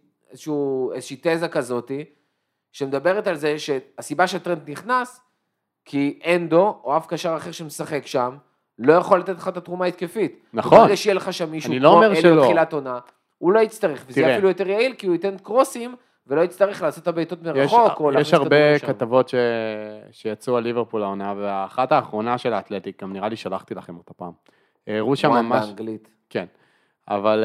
איזושהי תזה כזאת, שמדברת על זה שהסיבה שהטרנד נכנס, כי אנדו, או אף קשר אחר שמשחק שם, לא יכול לתת לך את התרומה התקפית. נכון. ברגע שיהיה לך שם מישהו, כמו אלי בתחילת עונה, הוא לא יצטרך, וזה יהיה אפילו יותר יעיל, כי הוא ייתן קרוסים, ולא יצטרך לעשות את הבעיטות מרחוק. יש הרבה כתבות שיצאו על ליברפול העונה, ואחת האחרונה של האתלטיק, גם נראה לי שלחתי לכם אותה פעם. הראו שם ממש... וואן באנגלית. כן, אבל...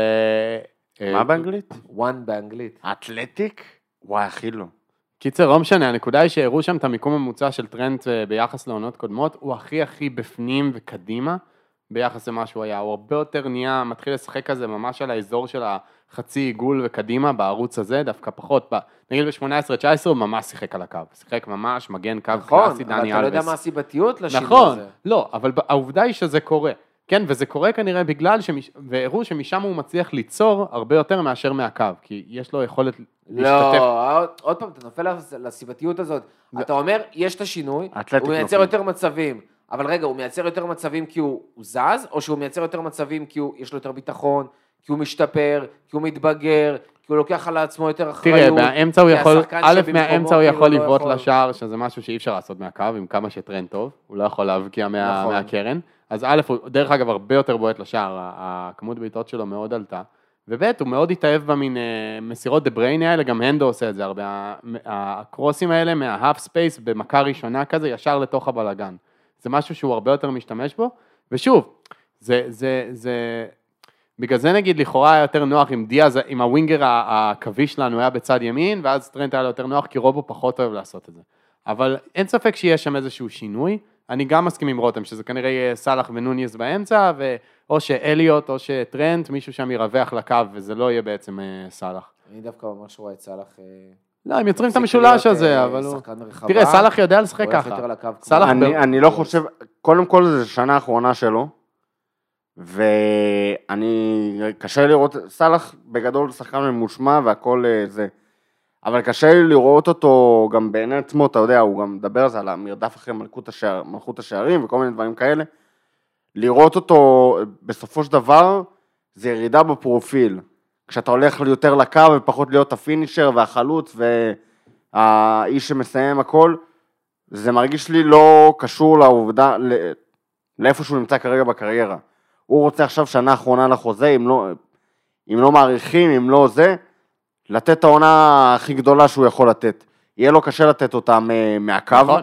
מה באנגלית? וואן באנגלית. אתלטיק? וואי, הכי לא. קיצר, לא משנה, הנקודה היא שהראו שם את המיקום הממוצע של טרנט ביחס לעונות קודמות, הוא הכי הכי בפנים וקדימה, ביחס למה שהוא היה, הוא הרבה יותר נהיה, מתחיל לשחק כזה ממש על האזור של החצי עיגול וקדימה בערוץ הזה, דווקא פחות, נגיד ב-שמונה עשרה תשע עשרה הוא ממש שיחק על הקו, שיחק ממש מגן קו קלאסי, דני אלבס. נכון, אבל אתה לא יודע מה הסיבתיות לשינוי הזה. נכון, לא, אבל העובדה היא שזה קורה, כן, וזה קורה כנראה בגלל, והראו שמשם הוא מצליח ליצור הרבה יותר מאשר מהקו, כי יש לו יכולת להשתתף. לא, עוד פעם, אתה נופל לסיבתיות הזאת, אתה אומר, יש את השינוי, הוא מייצר יותר מצבים, אבל רגע, הוא מייצר יותר מצבים כי הוא זז, או שהוא מייצר יותר מצבים כי יש לו יותר ביטחון, כי הוא משתפר, כי הוא מתבגר, כי הוא לוקח על עצמו יותר אחריות. תראה, מהאמצע הוא יכול, א', מהאמצע הוא יכול לבעוט לשער, שזה משהו שאי אפשר לעשות מהקו, עם כמה שטרנד טוב, הוא לא יכול להבקיע מהקרן, אז א', הוא דרך אגב הרבה יותר בועט לשער, הכמות בעיטות שלו מאוד עלתה, וב' הוא מאוד התאהב במין מסירות דה ברייני האלה, גם הנדו עושה את זה הרבה, הקרוסים האלה מההאף ספייס במכה ראשונה כזה, ישר לתוך הבלגן. זה משהו שהוא הרבה יותר משתמש בו, ושוב, זה, זה, זה, בגלל זה נגיד לכאורה היה יותר נוח עם דיאז, עם הווינגר הקווי שלנו היה בצד ימין, ואז טרנט היה לו יותר נוח, כי רובו פחות אוהב לעשות את זה. אבל אין ספק שיש שם איזשהו שינוי, אני גם מסכים עם רותם, שזה כנראה יהיה סלח ונוניס באמצע, ו... או שאליוט או שטרנט, מישהו שם ירווח לקו, וזה לא יהיה בעצם סלח. אני דווקא ממש רואה את סלח... לא, הם יוצרים את המשולש הזה, אבל הוא... תראה, סלח יודע לשחק ככה. אני לא חושב, קודם כל זה שנה האחרונה שלו, ואני, קשה לראות, סלח בגדול שחקן ממושמע והכל זה, אבל קשה לי לראות אותו גם בעיני עצמו, אתה יודע, הוא גם מדבר על זה, על המרדף אחרי מלכות, השער, מלכות השערים וכל מיני דברים כאלה, לראות אותו בסופו של דבר, זה ירידה בפרופיל, כשאתה הולך יותר לקו ופחות להיות הפינישר והחלוץ והאיש שמסיים הכל, זה מרגיש לי לא קשור לעובדה, לאיפה שהוא נמצא כרגע בקריירה. הוא רוצה עכשיו שנה האחרונה לחוזה, אם לא, אם לא מעריכים, אם לא זה, לתת את העונה הכי גדולה שהוא יכול לתת. יהיה לו קשה לתת אותה מהקו, נכון.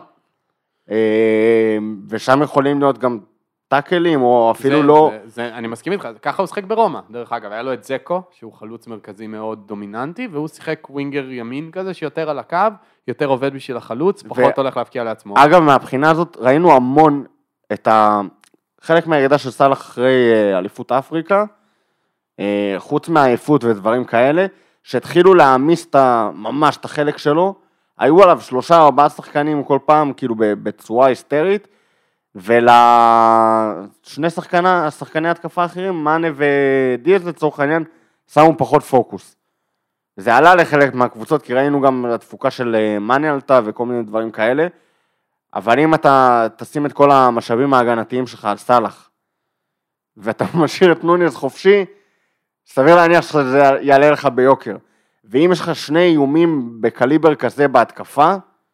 ושם יכולים להיות גם טאקלים, או אפילו זה, לא... זה, זה, אני מסכים איתך, ככה הוא שחק ברומא, דרך אגב, היה לו את זקו, שהוא חלוץ מרכזי מאוד דומיננטי, והוא שיחק ווינגר ימין כזה, שיותר על הקו, יותר עובד בשביל החלוץ, פחות ו... הולך להפקיע לעצמו. אגב, מהבחינה הזאת, ראינו המון את ה... חלק מהירידה של סלח אחרי אליפות אפריקה, חוץ מהעייפות ודברים כאלה, שהתחילו להעמיס ממש את החלק שלו, היו עליו שלושה ארבעה שחקנים כל פעם, כאילו בצורה היסטרית, ולשני שחקני, שחקני התקפה אחרים, מאנה ודיאז לצורך העניין, שמו פחות פוקוס. זה עלה לחלק מהקבוצות, כי ראינו גם התפוקה של מאנה עלתה וכל מיני דברים כאלה, אבל אם אתה תשים את כל המשאבים ההגנתיים שלך על סלח, ואתה משאיר את נוניס חופשי, סביר להניח שזה יעלה לך ביוקר. ואם יש לך שני איומים בקליבר כזה בהתקפה,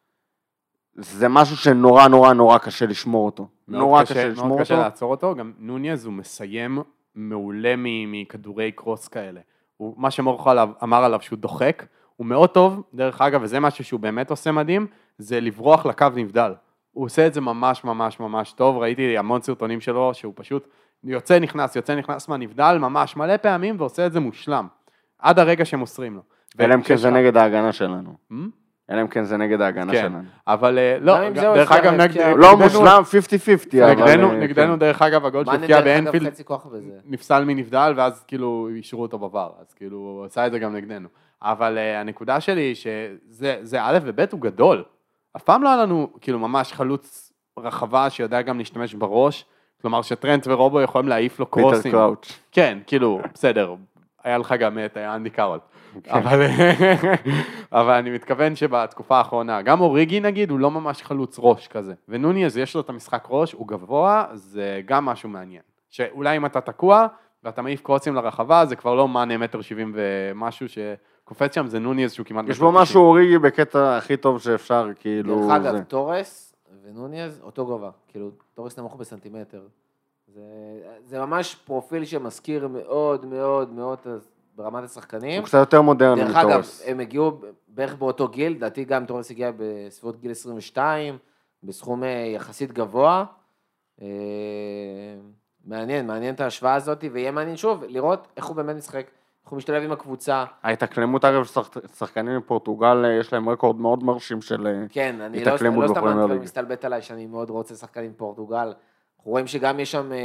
זה משהו שנורא נורא נורא קשה לשמור אותו. נורא קשה, קשה לשמור מאוד אותו. קשה לעצור אותו, גם נוניס הוא מסיים מעולה מכדורי קרוס כאלה. הוא, מה שמורך אמר עליו שהוא דוחק, הוא מאוד טוב, דרך אגב, וזה משהו שהוא באמת עושה מדהים, זה לברוח לקו נבדל. הוא עושה את זה ממש ממש ממש טוב, ראיתי המון סרטונים שלו, שהוא פשוט יוצא נכנס, יוצא נכנס מהנבדל, ממש מלא פעמים, ועושה את זה מושלם, עד הרגע שמוסרים לו. אלא אם כן זה נגד ההגנה שלנו. אלא אם כן זה נגד ההגנה שלנו. אבל לא, דרך אגב, לא מושלם, חמישים חמישים. נגדנו דרך אגב, הגול שהפקיע באנפילד, נפסל מנבדל, ואז כאילו אישרו אותו בבר, אז כאילו הוא עשה את זה גם נגדנו. אבל הנקודה שלי היא שזה א' וב' הוא גדול. אף פעם לא היה לנו כאילו ממש חלוץ רחבה שיודע גם להשתמש בראש, כלומר שטרנט ורובו יכולים להעיף לו קרוסים. פיטר קראוץ'. כן, כאילו, בסדר, היה לך גם את אנדי קארול. אבל, אבל אני מתכוון שבתקופה האחרונה, גם אוריגי נגיד, הוא לא ממש חלוץ ראש כזה. ונוניס, יש לו את המשחק ראש, הוא גבוה, זה גם משהו מעניין. שאולי אם אתה תקוע, ואתה מעיף קרוסים לרחבה, זה כבר לא מאנה מטר שבעים ומשהו שקופץ שם, זה נוניס שהוא כמעט... יש בו משהו אוריגי בקטע הכי טוב שאפשר, כאילו... דרך אגב, טורס ונוניס, אותו גובה, כאילו, טורס נמוך בסנטימטר. זה, זה ממש פרופיל שמזכיר מאוד מאוד מאוד ברמת השחקנים. הוא קצת יותר מודרני מטורס. דרך אגב, הם הגיעו בערך באותו גיל, דעתי גם טורס הגיע בסביבות גיל עשרים ושתיים, בסכום יחסית גבוה. מעניין, מעניין את ההשוואה הזאת, ויהיה מעניין שוב לראות איך הוא באמת משחק, איך הוא משתלב עם הקבוצה. ההתאקלמות אגב, שחקנים מפורטוגל, יש להם רקורד מאוד מרשים של התאקלמות. כן, אני לא סתם מסתלבט עליי, שאני מאוד רוצה שחקנים מפורטוגל. אנחנו רואים שגם יש שם,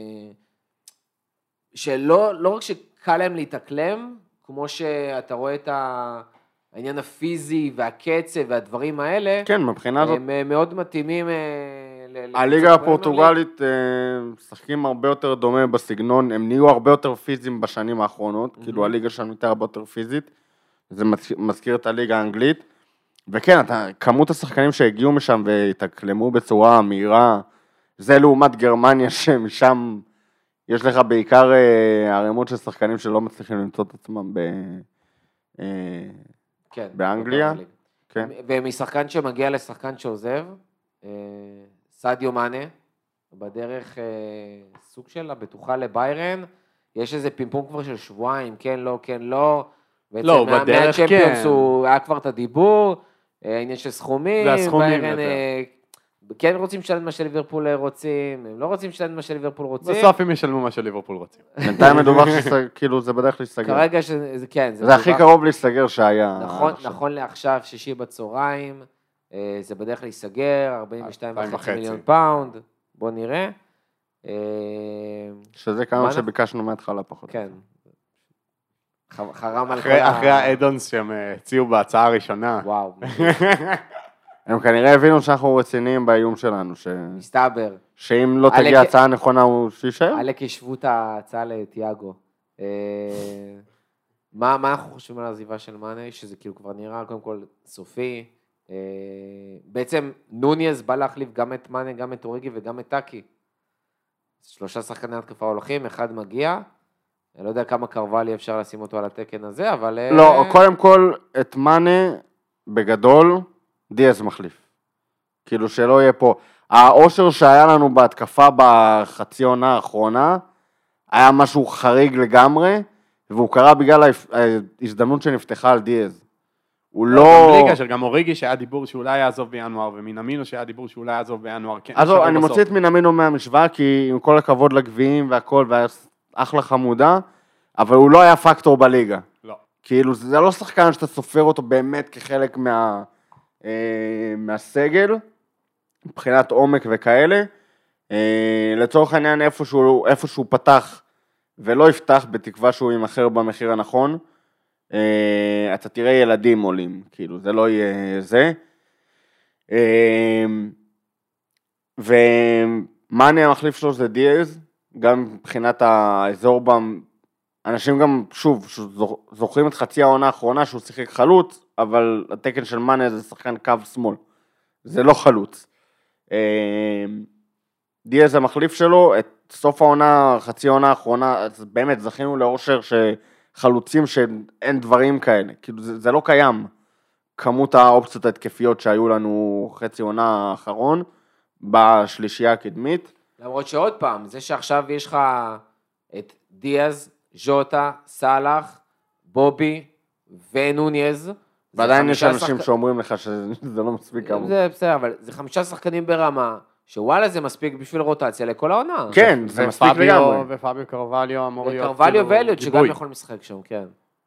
שלא לא רק שקל להם להתאקלם, כמו שאתה רואה את העניין הפיזי והקצב והדברים האלה, כן, מבחינה הזאת. הם מאוד מתאימים. הליגה הפורטוגלית משחקים הרבה יותר דומה בסגנון, הם נהיו הרבה יותר פיזיים בשנים האחרונות, כאילו הליגה שלנו הייתה הרבה יותר פיזית, זה מזכיר את הליגה האנגלית, וכן, כמות השחקנים שהגיעו משם והתאקלמו בצורה מהירה, זה לעומת גרמניה שמשם יש לך בעיקר ערימות של שחקנים שלא מצליחים למצוא את עצמם ב... כן, באנגליה. כן. ומשחקן שמגיע לשחקן שעוזב, סדיו מאנה, בדרך סוג של הבטוחה לביירן, יש איזה פימפום כבר של שבועיים, כן, לא, כן, לא. לא, בדרך כן. הוא היה כבר את הדיבור, העניין של סכומים. זה הסכומים ביירן, כן רוצים לשלם מה שליברפול רוצים, הם לא רוצים לשלם מה שליברפול רוצים. בסוף הם ישלמו מה שליברפול רוצים. בינתיים מדווח שכאילו זה בדרך להסתגר. כרגע שזה, כן. זה הכי קרוב להסתגר שהיה. נכון, נכון לעכשיו, שישי בצהריים, זה בדרך להסתגר, ארבעים ושתיים וחצי מיליון פאונד, בוא נראה. שזה כמה שביקשנו מההתחלה פחות. כן. חרם על כל ה... אחרי האדונס שהם הציעו בהצעה הראשונה. וואו. הם כנראה הבינו שאנחנו רציניים באיום שלנו. מסתבר. שאם לא תגיע הצעה נכונה הוא שישאר. עלק ישבו את ההצעה לתיאגו. מה אנחנו חושבים על העזיבה של מאנה? שזה כאילו כבר נראה קודם כל סופי. בעצם נוניאז בא להחליף גם את מאנה, גם את אוריגי וגם את טאקי. שלושה שחקני התקפה הולכים, אחד מגיע. אני לא יודע כמה קרוולי אפשר לשים אותו על התקן הזה, אבל... לא, קודם כל, את מאנה, בגדול, דיאז מחליף. כאילו שלא יהיה פה. האושר שהיה לנו בהתקפה בחצי עונה האחרונה, היה משהו חריג לגמרי, והוא קרה בגלל ההזדמנות שנפתחה על דיאז. הוא לא... בלי קשר, גם אוריגי שהיה דיבור שאולי יעזוב בינואר, ומינמינו שהיה דיבור שאולי יעזוב בינואר. אז אני מוציא את מינמינו מהמשוואה, כי עם כל הכבוד לגביעים והכל, והיה אחלה חמודה, אבל הוא לא היה פקטור בליגה. לא. כאילו, זה לא שחקן שאתה סופר אותו באמת כחלק מה, אה, מהסגל, מבחינת עומק וכאלה. אה, לצורך העניין, איפשהו, איפשהו פתח ולא יפתח, בתקווה שהוא ימחר במחיר הנכון, אה, אתה תראה ילדים עולים, כאילו, זה לא יהיה זה. אה, ומאנה המחליף שלו זה דיאז, גם מבחינת האזור בם, אנשים גם, שוב, זוכרים את חצי העונה האחרונה שהוא שיחק חלוץ, אבל התקן של מאנה זה שחקן קו שמאל, זה לא חלוץ. דיאז המחליף שלו, את סוף העונה, חצי העונה האחרונה, אז באמת זכינו לאושר שחלוצים שאין דברים כאלה, כאילו זה, זה לא קיים, כמות האופציות התקפיות שהיו לנו חצי עונה האחרון, בשלישייה הקדמית. למרות שעוד פעם, זה שעכשיו יש לך את דיאז, ז'וטה, סלאח, בובי ונוניאז. ועדיין יש אנשים שאומרים לך שזה לא מספיק כמות. זה בסדר, אבל זה חמישה שחקנים ברמה, שוואלה זה מספיק בשביל רוטציה לכל העונה. כן, זה מספיק לגמרי. ופאביו קרווליו אמור להיות... וקרווליו ואליוט שגם יכול לשחק שם, כן.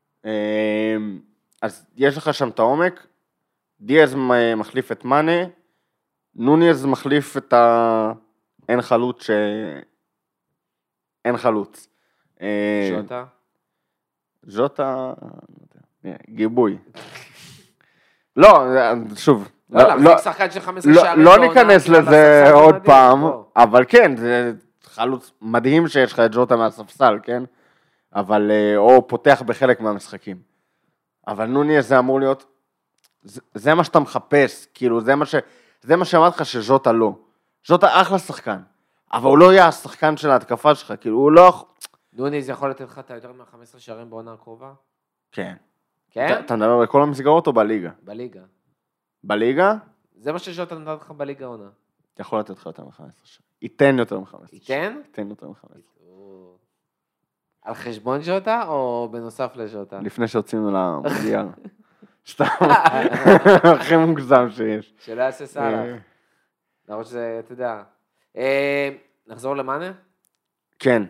אז יש לך שם את העומק, דיאז מחליף את מאנה, נוניאז מחליף את ה... אין חלוץ ש... אין חלוץ. ז'וטה? ז'וטה, גיבוי. לא, שוב. לא, לא, זה שחקן של חמש עשרה שערים. לא ניכנס לזה עוד פעם, אבל כן, זה חלוץ מדהים שיש לך את ז'וטה מהספסל, כן? אבל, או פותח בחלק מהמשחקים. אבל נוניאז זה אמור להיות, זה מה שאתה מחפש, כאילו, זה מה ש... זה מה שאמרת לך שז'וטה לא. ז'וטה אחלה שחקן, אבל הוא לא יהיה השחקן של ההתקפה שלך, כאילו הוא לא... נוניאז יכול לתת לך את היותר מה-חמישה עשר שערים בעונה הקרובה? כן. כן? אתה מדבר בכל המסגרות או בליגה? בליגה. בליגה? זה מה שז'וטה נתן לך בליגה עונה. יכול לתת לך יותר מ-חמישה עשר שערים. ייתן יותר מ-חמישה עשר שערים. ייתן? ייתן יותר מ-חמישה עשר. על חשבון ז'וטה או בנוסף לז'וטה? לפני שהוצאנו למונדיאל. סתם, הכי מוגזם שיש. שלא יעשה סלאח. למרות שזה, אתה יודע. נחזור למאנה? כן.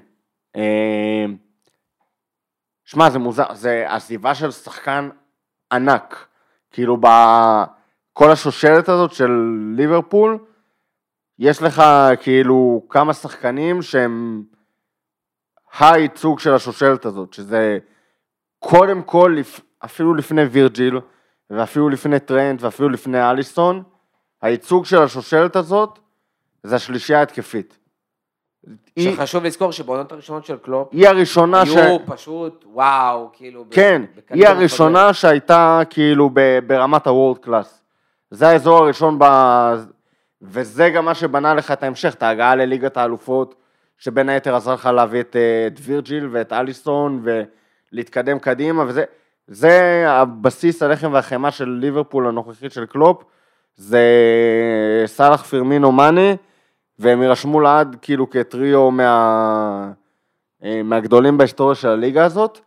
שמע, זה מוזר, זה עזיבה של שחקן ענק. כאילו, בכל השושלת הזאת של ליברפול, יש לך כאילו כמה שחקנים שהם הייצוג של השושלת הזאת, שזה קודם כל, אפילו לפני וירג'יל, ואפילו לפני טרנט, ואפילו לפני אליסון, הייצוג של השושלת הזאת, זה השלישייה התקפית. שחשוב לזכור שבעונות הראשונות של קלופ, היא הראשונה ש... היו פשוט, וואו, כאילו... כן, היא הראשונה שהייתה כאילו ברמת הוורד קלאס. זה האזור הראשון, ב... וזה גם מה שבנה לך את ההמשך, את ההגעה לליגת האלופות, שבין היתר עזר לך להביא את, את וירג'יל ואת אליסון ולהתקדם קדימה, וזה זה הבסיס, הלחם והחמה של ליברפול הנוכחית של קלופ, זה סלאח, פירמינו, מאנה, והם ירשמו לעד כאילו כטריו מה, מהגדולים בהיסטוריה של הליגה הזאת.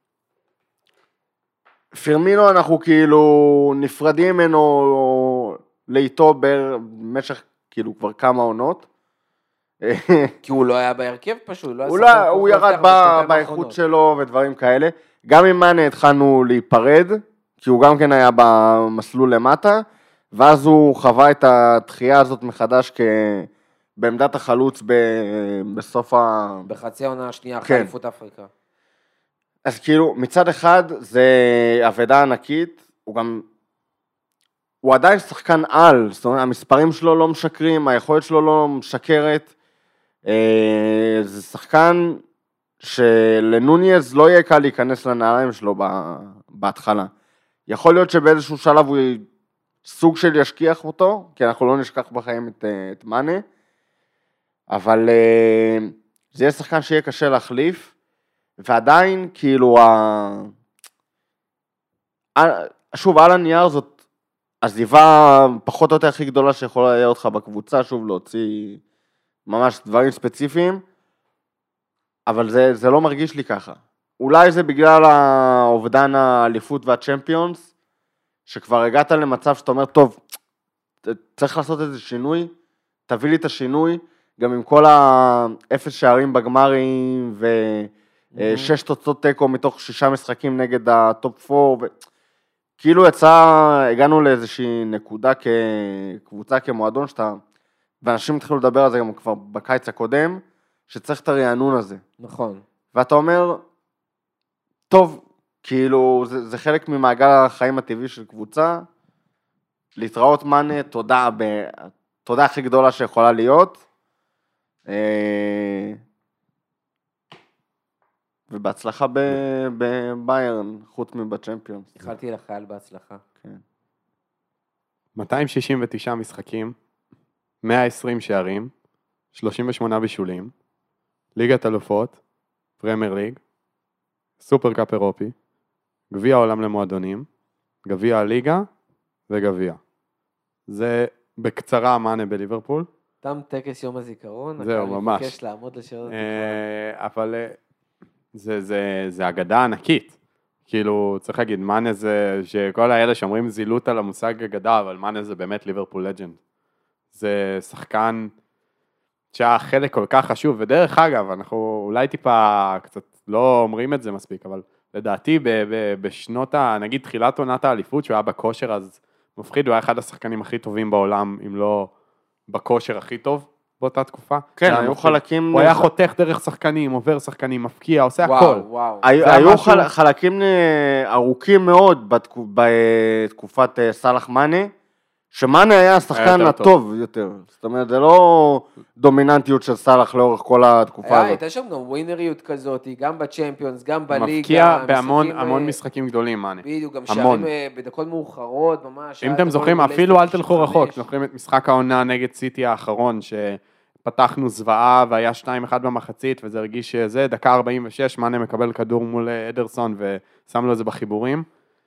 פירמינו אנחנו כאילו נפרדים ממנו לאיתו במשך כאילו כבר כמה עונות. כי הוא לא היה בהרכב פשוט, הוא, לא, הוא ירד באיכות שלו ודברים כאלה. גם עם מאנה התחלנו להיפרד, כי הוא גם כן היה במסלול למטה, ואז הוא חווה את התחייה הזאת מחדש כ... בעמדת החלוץ ב... בסוף ה... בחצי העונה השנייה, כן. אחרי אליפות אפריקה. אז כאילו, מצד אחד זה עבודה ענקית, הוא גם... הוא עדיין שחקן על, זאת אומרת, המספרים שלו לא משקרים, היכולת שלו לא משקרת, זה שחקן שלנוניאז לא יהיה קל להיכנס לנעליים שלו בהתחלה. יכול להיות שבאיזשהו שלב הוא סוג של ישכיח אותו, כי אנחנו לא נשכח בחיים את, את מאנה, אבל זה יהיה שחקן שיהיה קשה להחליף, ועדיין כאילו, שוב, על הנייר זאת עזיבה פחות או יותר הכי גדולה שיכולה להיות אותך בקבוצה, שוב להוציא ממש דברים ספציפיים, אבל זה, זה לא מרגיש לי ככה. אולי זה בגלל האובדן האליפות והצ'מפיונס, שכבר הגעת למצב שאתה אומר, טוב, צריך לעשות איזה שינוי, תביא לי את השינוי, גם עם כל האפס שערים בגמרים, ושש תוצאות טקו מתוך שישה משחקים נגד הטופ פור, וכאילו יצא, הגענו לאיזושהי נקודה כקבוצה, כמועדון, שאתה, ואנשים התחילו לדבר על זה גם כבר בקיץ הקודם, שצריך את הרענון הזה. נכון. ואתה אומר, טוב, כאילו, זה, זה חלק ממעגל החיים הטבעי של קבוצה, להתראות מאנה, תודה, ב, תודה הכי גדולה שיכולה להיות, ובהצלחה בביירן, חוץ מבצ'מפיונס. התחלתי לחייל בהצלחה. כן. מאתיים שישים ותשעה משחקים, מאה ועשרים שערים, שלושים ושמונה בישולים, ליגת אלופות, פרמייר ליג, סופר קאפ אירופי, גביע העולם למועדונים, גביע הליגה וגביע. זה בקצרה מאנה בליברפול. תם טקס יום הזיכרון. זהו, ממש. אני מבקש לעמוד לשאלות. אבל זה, זה, זה אגדה ענקית. כאילו, צריך להגיד, מאנה זה, שכל האלה שאומרים זילות על המושג אגדה, אבל מאנה זה באמת ליברפול לג'נד. זה שחקן שהיה חלק כל כך חשוב, ודרך אגב, אנחנו אולי טיפה קצת לא אומרים את זה מספיק, אבל לדעתי ב, ב, בשנות, ה, נגיד תחילת עונת האליפות, שהוא היה בכושר, אז מפחיד, הוא היה אחד השחקנים הכי טובים בעולם, אם לא בכושר הכי טוב באותה תקופה. כן, היו חלקים... הוא היה חותך דרך שחקנים, עובר שחקנים, מפקיע, עושה וואו, הכל. וואו. היו משהו... חלקים ארוכים מאוד בתקופת סלאח מאנה, שמאנה היה השחקן הטוב יותר. זאת אומרת, זה לא דומיננטיות של סלאח לאורך כל התקופה הזאת. הייתה שם גם ווינריות כזאת, גם בצ'מפיונס, גם בליגה. מפקיע בהמון המון משחקים גדולים, מאנה. בדיוק, גם שערים בדקות מאוחרות, ממש. אם אתם זוכרים, אפילו אל תלכו רחוק, זוכרים את משחק העונה נגד סיטי האחרון, שפתחנו זוועה והיה שתיים אחד במחצית, וזה הרגיש שזה, דקה ארבעים ושש, מאנה מקבל כדור מול אדרסון, ושם לו את זה בחיבורים.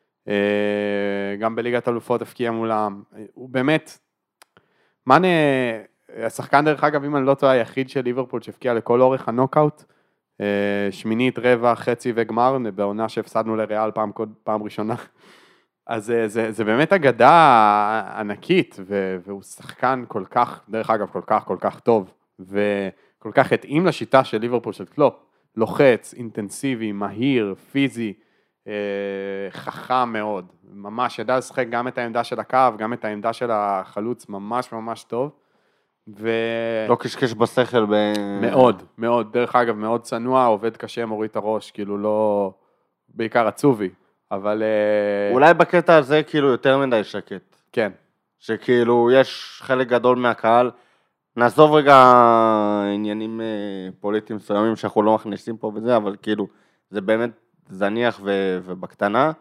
גם בליגת אלופות הפקיע מולם, הוא באמת, מאנה, השחקן דרך אגב, אם אני לא טועה, היחיד של ליברפול שהפקיע לכל אורך הנוקאוט, שמינית, רבע, חצי וגמר, בעונה שהפסדנו לריאל פעם, פעם ראשונה, אז זה, זה, זה באמת אגדה ענקית, והוא שחקן כל כך, דרך אגב, כל כך, כל כך טוב, וכל כך התאים לשיטה של ליברפול של קלופ, לוחץ, אינטנסיבי, מהיר, פיזי, חכם מאוד, ממש ידע לשחק גם את העמדה של הקו, גם את העמדה של החלוץ, ממש ממש טוב. ו... לא קשקש בשכל ב... מאוד, מאוד, דרך אגב, מאוד צנוע, עובד קשה, מוריד את הראש, כאילו לא, בעיקר עצובי, אבל... אולי בקטע הזה כאילו יותר מדי שקט. כן. שכאילו יש חלק גדול מהקהל, נעזוב רגע עניינים פוליטיים מסוימים שאנחנו לא מכניסים פה וזה, אבל כאילו זה באמת זניח ו- ובקטנה,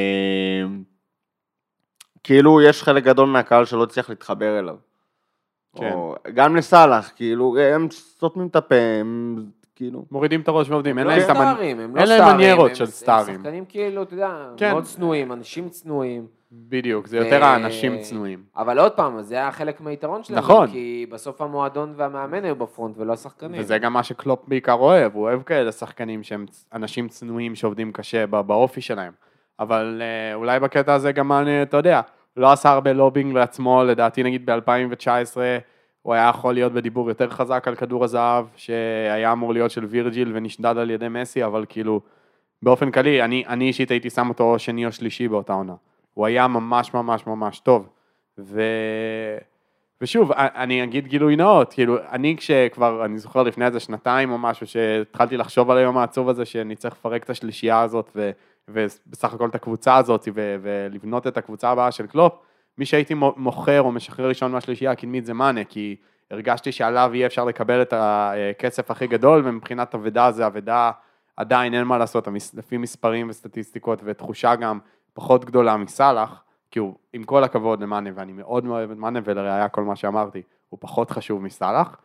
כאילו יש חלק גדול מהקהל שלא צריך להתחבר אליו. כן. או גם לסלח, כאילו, הם סותמים את הפה, הם כאילו... מורידים את הראש ועובדים, אין הם להם לא את המנ- סטארים, הם לא אין להם סטארים, מניירות הם- של הם סטארים. שחקנים כאילו, אתה יודע, כן. מאוד צנועים, אנשים צנועים. בדיוק, זה ו- יותר האנשים צנועים. אבל עוד פעם, זה היה חלק מהיתרון שלנו, נכון. כי בסוף המועדון והמאמן היו בפרונט ולא השחקנים. וזה גם מה שקלופ בעיקר אוהב, הוא אוהב כאלה שחקנים שהם אנשים צנועים שעובדים קשה בא- באופי שלהם. אבל אה, אולי בקטע הזה גם אני, אתה יודע, לא עשה הרבה לובינג לעצמו, לדעתי נגיד ב-אלפיים תשע עשרה, הוא היה יכול להיות בדיבור יותר חזק על כדור הזהב, שהיה אמור להיות של וירג'יל ונשדד על ידי מסי, אבל כאילו, באופן כללי, אני, אני אישית הייתי שם אותו שני או שלישי באותה עונה. הוא היה ממש ממש ממש טוב. ו... ושוב, אני אגיד גילוי נאות, כאילו, אני כשכבר, אני זוכר לפני איזה שנתיים או משהו, שהתחלתי לחשוב על היום העצוב הזה, שאני צריך לפרק את השלישייה הזאת, ו... ובסך הכל את הקבוצה הזאת, ו... ולבנות את הקבוצה הבאה של קלופ, מי שהייתי מוכר או משחרר ראשון מהשלישייה הקדמית זה מאנה, כי הרגשתי שעליו יהיה אפשר לקבל את הכסף הכי גדול, ומבחינת עבודה זה עבודה, עדיין אין מה לעשות, לפי מספרים וסטטיסטיקות ותחושה גם פחות גדולה מסלח, כי הוא, עם כל הכבוד למאנה, ואני מאוד מאוד אוהב את מאנה, ולראיה כל מה שאמרתי, הוא פחות חשוב מסלח,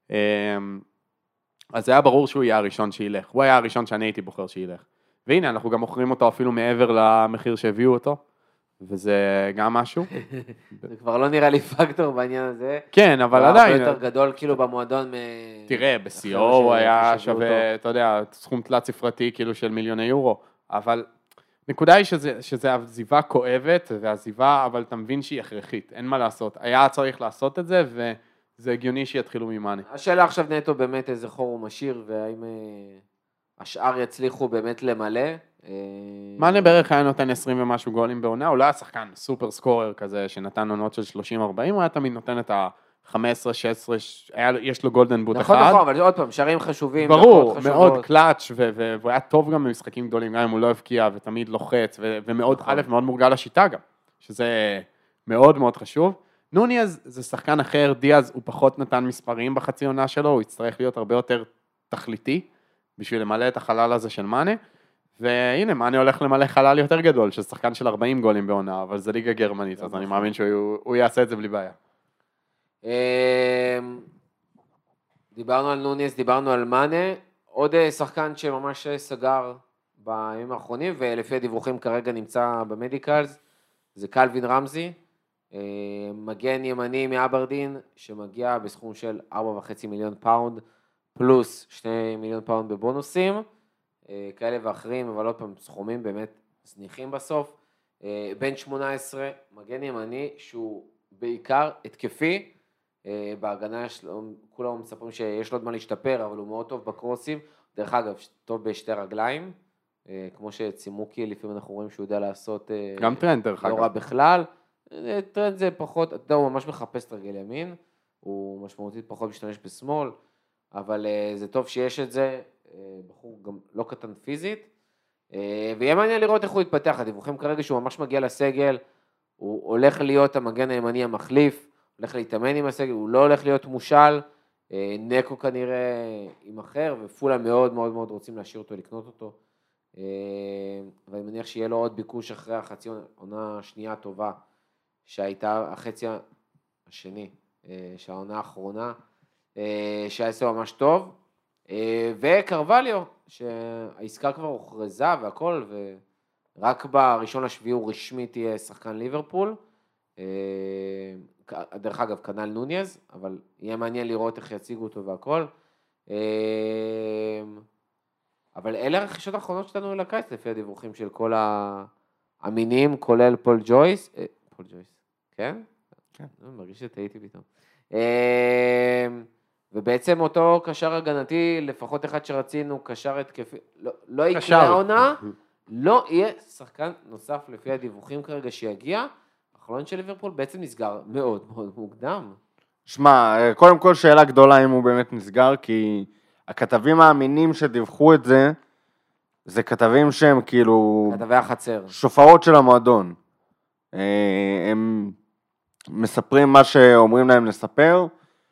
אז זה היה ברור שהוא יהיה הראשון שילך, הוא היה הראשון שאני הייתי בוחר שילך, והנה אנחנו גם מוכרים אותו אפילו מעבר למחיר שהביאו אותו, וזה גם משהו. זה כבר לא נראה לי פקטור בעניין הזה. כן, אבל עדיין. הוא הרבה יותר גדול כאילו במועדון. תראה, ב-סי או הוא היה שווה, אתה יודע, סכום תלת ספרתי כאילו של מיליוני יורו, אבל נקודה היא שזה, שזה עזיבה כואבת, ועזיבה, אבל אתה מבין שהיא הכרחית, אין מה לעשות. היה צריך לעשות את זה, וזה הגיוני שיתחילו ממאנה. השאלה עכשיו נטו באמת איזה חור הוא משאיר, והאם השאר יצליחו באמת למלא. מאנה בערך היה נותן עשרים ומשהו גולים בעונה, הוא לא היה שחקן סופר סקורר כזה, שנתן עונות של שלושים ארבעים, הוא היה תמיד נותן את ה-חמש עשרה שש עשרה, יש לו גולדן בוט אחד. נכון, נכון, אבל עוד פעם, שערים חשובים. ברור, מאוד קלאץ', והוא היה טוב גם במשחקים גדולים, גם אם הוא לא הבקיע, ותמיד לוחץ, ומאוד, א', מאוד מורגל לשיטה גם, שזה מאוד מאוד חשוב. נוניאז זה שחקן אחר, דיאז הוא פחות נתן מספרים בחצי עונה שלו, הוא יצטרך להיות הרבה יותר תכליתי, בשביל למלא את החלל הזה של מאנה, והנה, מאנה הולך למלא חלל יותר גדול, של שחקן של ארבעים גולים בעונה, אבל זה ליגה גרמנית, אז אני מאמין שהוא יעשה את זה בלי בעיה. דיברנו על נוניס, דיברנו על מאנה, עוד שחקן שממש סגר בימים האחרונים, ולפי הדיווחים כרגע נמצא במדיקלס, זה קלווין רמזי, מגן ימני מאברדין, שמגיע בסכום של ארבע וחצי מיליון פאונד, פלוס שני מיליון פאונד בבונוסים, כאלה ואחרים, אבל עוד פעם, סכומים באמת זניחים בסוף. בן שמונה עשרה, מגן ימני, שהוא בעיקר התקפי, בהגנה שלו, כולם מספרים שיש לו עוד מה להשתפר, אבל הוא מאוד טוב בקרוסים, דרך אגב, טוב בשתי רגליים, כמו שצימוקי, לפעמים אנחנו רואים שהוא יודע לעשות... גם טרנד דרך אגב. לא רע בכלל, טרנד זה פחות, אתה יודע, הוא ממש מחפש את רגל ימין, הוא משמעותית פחות משתמש בשמאל, אבל זה טוב שיש את זה, בחור גם לא קטן פיזית, ויהיה מעניין לראות איך הוא יתפתח, הדיווחים כרגע שהוא ממש מגיע לסגל, הוא הולך להיות המגן הימני המחליף, הולך להתאמן עם הסגל, הוא לא הולך להיות מושל, נקו כנראה עם אחר, ופולה מאוד מאוד מאוד רוצים להשאיר אותו, לקנות אותו, ואני מניח שיהיה לו עוד ביקוש אחרי החצי עונה השנייה הטובה, שהייתה החצי השני, שהעונה האחרונה, שהיה עשה ממש טוב, וקרווליו, שהעסקה כבר הוכרזה והכל, ורק בראשון לשביעי הוא רשמי תהיה שחקן ליברפול, דרך אגב כנ"ל נוניאז, אבל יהיה מעניין לראות איך יציגו אותו והכל, אבל אלה הרכישות האחרונות שלנו לקיץ, לפי הדיווחים של כל המינים, כולל פול ג'ויס, פול ג'ויס, כן? כן. מרגיש שטעיתי פתאום. ובעצם אותו קשר הגנתי, לפחות אחד שרצינו, קשר התקפי, לא, לא יקרה העונה, לא יהיה שחקן נוסף לפי הדיווחים כרגע שיגיע, החלון של ליברפול בעצם נסגר מאוד מאוד מוקדם. שמע, קודם כל שאלה גדולה אם הוא באמת נסגר, כי הכתבים האמינים שדיווחו את זה, זה כתבים שהם כאילו... כתבי החצר. שופרות של המועדון. הם מספרים מה שאומרים להם לספר,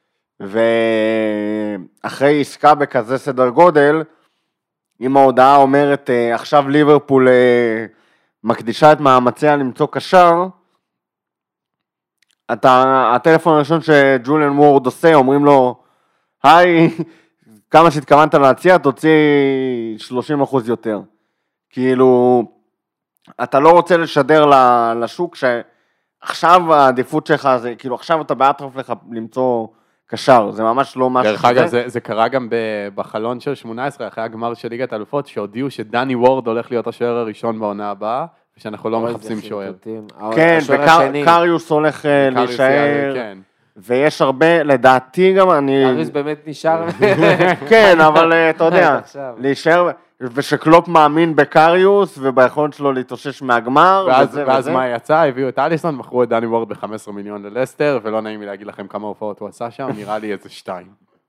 ואחרי עסקה בכזה סדר גודל, אם ההודעה אומרת, עכשיו ליברפול מקדישה את מאמציה למצוא קשר, אתה, הטלפון הראשון שג'וליאן וורד עושה, אומרים לו, היי, כמה שהתכוונת להציע, תוציא שלושים אחוז יותר. כאילו, אתה לא רוצה לשדר לשוק שעכשיו העדיפות שלך זה, כאילו עכשיו אתה באטרף לך למצוא קשר, זה ממש לא משהו. דרך אגב, זה, זה קרה גם בחלון של שמונה עשרה, אחרי הגמר של ליגת האלופות, שהודיעו שדני וורד הולך להיות השוער הראשון בעונה הבאה, ושאנחנו לא מחפשים שוער. כן, וקריוס הולך להישאר, ויש הרבה, לדעתי גם אני... קריוס באמת נשאר. כן, אבל אתה יודע, להישאר... ושקלופ מאמין בקריוס, וביכולת שלו להתאושש מהגמר. ואז, ואז מה יצא? הביאו את אליסון, מכרו את דני וורד ב-חמישה עשר מיליון ללסטר, ולא נעים לי להגיד לכם כמה הופעות הוא עשה שם, נראה לי איזה שתיים.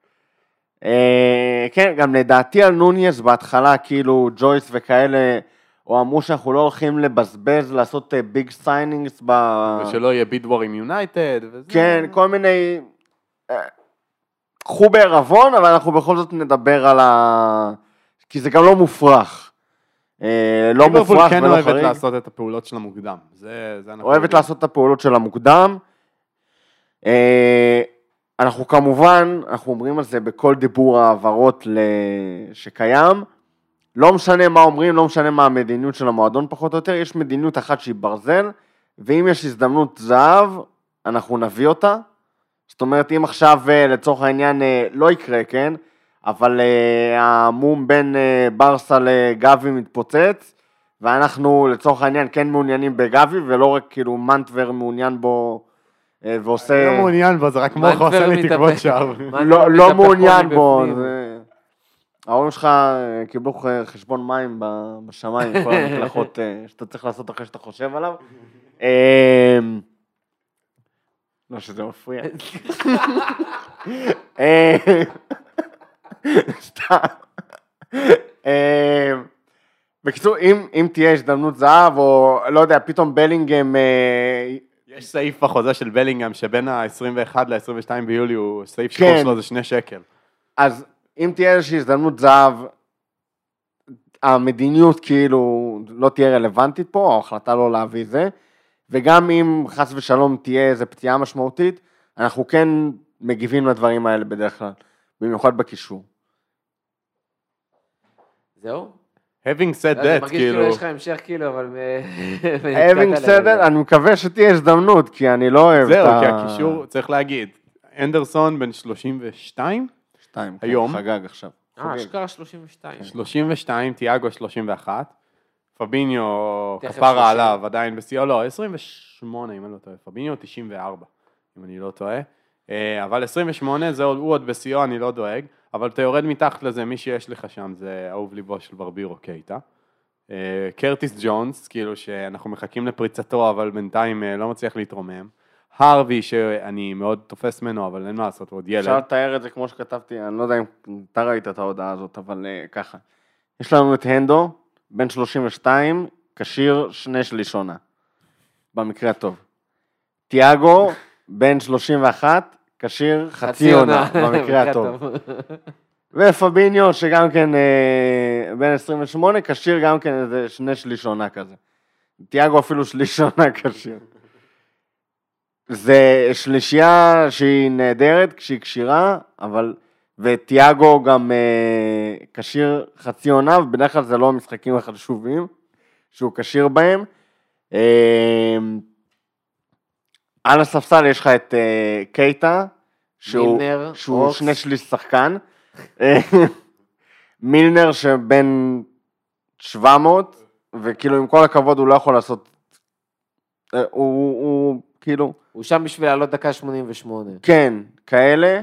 כן, גם לדעתי על נוניס בהתחלה, כאילו ג'ויס וכאלה, או אמרו שאנחנו לא הולכים לבזבז, לעשות ביג סיינינגס ב... ושלא יהיה בידוור עם יונייטד. כן, כל מיני... קחו בערבון, אבל אנחנו בכל זאת נדבר על ה... כי זה גם לא מופרך. לא מופרך ולא חריג. כן אוהבת לעשות את הפעולות של המוקדם. אוהבת לעשות את הפעולות של המוקדם. אנחנו כמובן, אנחנו אומרים על זה בכל דיבור העברות שקיים. לא משנה מה אומרים, לא משנה מה המדיניות של המועדון פחות או יותר. יש מדיניות אחת שהיא ברזל, ואם יש הזדמנות זהב, אנחנו נביא אותה. זאת אומרת, אם עכשיו לצורך העניין לא יקרה, כן? אבל uh, המום בין uh, ברסה לגבי מתפוצץ, ואנחנו לצורך העניין כן מעוניינים בגבי, ולא רק כאילו מנטבר מעוניין בו uh, ועושה... לא מעוניין בו, זה רק מוכו עושה לי תקוות שער. לא מעוניין בו. ההורים שלך קיבלו חשבון מים בשמיים, כל המקלחות שאתה צריך לעשות אחרי שאתה חושב עליו. לא שזה מפריע. סתם. בקיצור, אם תהיה הזדמנות זהב, או לא יודע, פתאום בלינגהם... יש סעיף בחוזה של בלינגהם, שבין ה-עשרים ואחד ל-עשרים ושתיים ביולי, הוא סעיף שכל שלו זה שני שקל. אז אם תהיה איזושהי הזדמנות זהב, המדיניות כאילו לא תהיה רלוונטית פה, ההחלטה לא להביא זה, וגם אם חס ושלום תהיה איזו פציעה משמעותית, אנחנו כן מגיבים לדברים האלה בדרך כלל, במיוחד בקישור. זהו? having said that, כאילו... מרגיש כאילו יש לך המשך כאילו, אבל... having said that, אני מקווה שתהיה הזדמנות, כי אני לא אוהב את ה... זהו, כי הקישור, צריך להגיד, אנדרסון בן שלושים ושתיים? שתיים, היום. חגג עכשיו. אה, אשכרה שלושים ושתיים. שלושים ושתיים, תיאגו שלושים ואחת, פביניו כפרה עליו, עדיין בשיאו, לא, עשרים ושמונה, אם אני לא טועה, פביניו תשעים וארבע, אם אני לא טועה, אבל עשרים ושמונה, זה הוא עוד בשיאו, אני לא דואג, אבל אתה יורד מתחת לזה, מי שיש לך שם, זה אהוב ליבו של ברבירו קייטה. קרטיס ג'ונס, כאילו שאנחנו מחכים לפריצתו, אבל בינתיים לא מצליח להתרומם. הרווי, שאני מאוד תופס ממנו, אבל אין מה לעשות, הוא עוד ילד. אפשר לתאר את זה כמו שכתבתי, אני לא יודע אם אתה ראית את ההודעה הזאת, אבל ככה. יש לנו את הנדו, בן שלושים ושתיים, קשיר שני שלישונה, במקרה הטוב. תיאגו, בן שלושים ואחת, קשיר חצי עונה, במקרה הטוב. ופביניו, שגם כן בן עשרים ושמונה, קשיר גם כן איזה שני שלישונה כזה. תיאגו אפילו שלישונה קשיר. זה שלישייה שהיא נהדרת, כשהיא קשירה, אבל, ותיאגו גם אה, קשיר חצי עונה, ובדרך כלל זה לא המשחקים החשובים, שהוא קשיר בהם. אה, על הספסל יש לך את אה, קייטה, שהוא, מילנר, שהוא שני שליש שחקן. מילנר שבין שבע מאות, וכאילו עם כל הכבוד הוא לא יכול לעשות, הוא, הוא, הוא כאילו... הוא שם בשביל לעלות דקה שמונים ושמונה. כן, כאלה.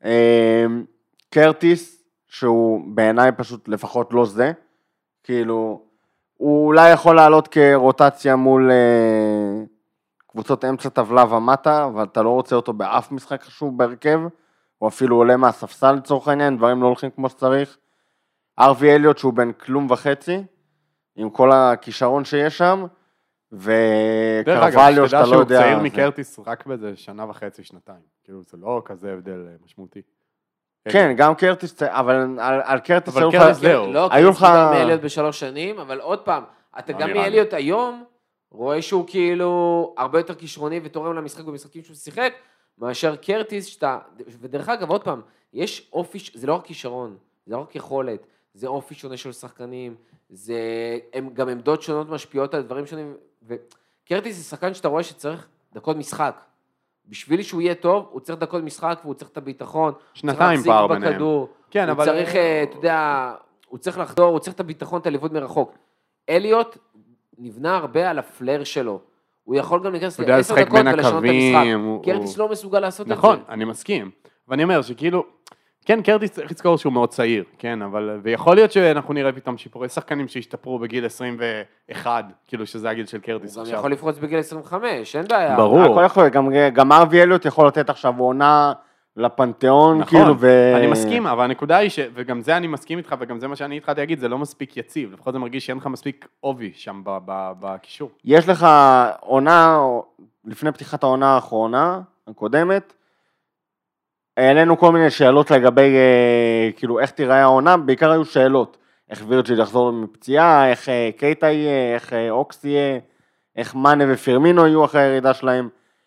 קרטיס, שהוא בעיניי פשוט לפחות לא זה, כאילו, הוא אולי יכול לעלות כרוטציה מול קבוצות אמצע טבלה ומטה, אבל אתה לא רוצה אותו באף משחק חשוב בהרכב, או אפילו עולה מהספסל לצורך העניין, דברים לא הולכים כמו שצריך. ארווי אליוט, שהוא בין כלום וחצי, עם כל הכישרון שיש שם, וקרווליו שאתה לא יודע... שהוא צעיר מקרטיס רק באיזה שנה וחצי, שנתיים. כאילו זה לא כזה הבדל משמעותי. כן, גם קרטיס, אבל על קרטיס... אבל קרטיס זהו. לא, קרטיס גם מאליוט בשלוש שנים, אבל עוד פעם, אתה גם מאליוט היום, רואה שהוא כאילו הרבה יותר כישרוני ותורם למשחק במשחקים שהוא שיחק, מאשר קרטיס שאתה, ודרך אגב, עוד פעם, יש אופי, זה לא רק כישרון, זה לא רק יכולת, זה אופי שונה של שחקנים, זה הם, גם עמדות שונות משפיעות על דברים שונים, וקרטיס זה שחקן שאתה רואה שצריך דקות משחק. בשביל שהוא יהיה טוב, הוא צריך דקות משחק, והוא צריך את הביטחון, שנתיים פער ביניהם. בכדור, כן, הוא אבל... צריך, אתה יודע, הוא צריך לחדור, הוא צריך את הביטחון, את הליוות מרחוק. אליוט נבנה הרבה על הפלר שלו. הוא יכול גם להיכנס לעשר דקות ולשנות את המשחק. קרטיס לא מסוגל לעשות את זה. נכון, אני מסכים. ואני אומר שכאילו, כן, קרטיס צריך לזכור שהוא מאוד צעיר, כן, אבל, ויכול להיות שאנחנו נראה פתאום שיפורי שחקנים שהשתפרו בגיל עשרים ואחת, כאילו שזה הגיל של קרטיס עכשיו. הוא גם יכול לפרוץ בגיל עשרים וחמש, אין בעיה. ברור. הכל יכול, גם, גם ארווי אליוט יכול לתת עכשיו עונה לפנתיאון, נכון, כאילו, ו... אני מסכים, אבל הנקודה היא ש... וגם זה אני מסכים איתך, וגם זה מה שאני התחלתי להגיד, זה לא מספיק יציב, לפחות זה מרגיש שאין לך מספיק עובי שם בקישור. יש לך עונה, לפני פתיחת העונה האחרונה, הקודמת, העלינו כל מיני שאלות לגבי, כאילו, איך תיראה העונה, בעיקר היו שאלות, איך וירג'יל יחזור מפציעה, איך קייטה יהיה, איך אוקס יהיה, איך מאנה ופירמינו יהיו אחרי הירידה שלהם,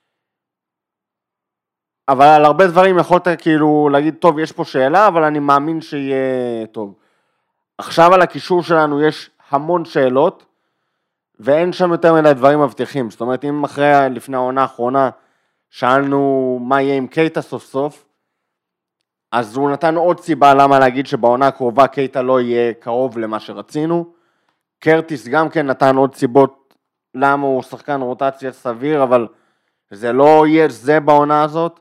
אבל על הרבה דברים יכולת כאילו להגיד, טוב, יש פה שאלה, אבל אני מאמין שיהיה טוב. עכשיו על הקישור שלנו יש המון שאלות, ואין שם יותר מדי דברים מבטיחים. זאת אומרת, אם אחרי, לפני העונה האחרונה, שאלנו מה יהיה עם קייטה סוף סוף, אז הוא נתן עוד סיבה למה להגיד שבעונה הקרובה קייטה לא יהיה קרוב למה שרצינו. קרטיס גם כן נתן עוד סיבות למה הוא שחקן רוטציה סביר, אבל זה לא יהיה זה בעונה הזאת.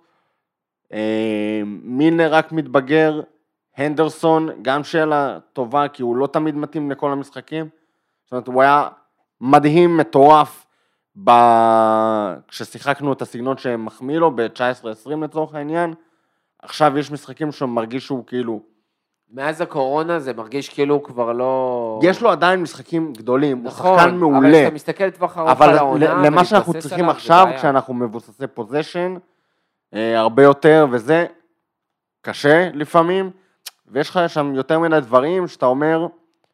מילנר רק מתבגר, הנדרסון גם שאלה טובה, כי הוא לא תמיד מתאים לכל המשחקים. זאת אומרת, הוא היה מדהים, מטורף, ב... כששיחקנו את הסגנון שמחמיא לו, ב-תשע עשרה עשרים לצורך העניין. עכשיו יש משחקים שמרגיש שהוא כאילו... מאז הקורונה זה מרגיש כאילו הוא כבר לא... יש לו עדיין משחקים גדולים, נכון, הוא שחקן מעולה. אבל כשאתה מסתכל לטווח ארוך על העונה... אבל למה שאנחנו צריכים עכשיו, כשאנחנו מבוססי פוזיישן, הרבה יותר, וזה קשה לפעמים, ויש לך שם יותר מן הדברים שאתה אומר,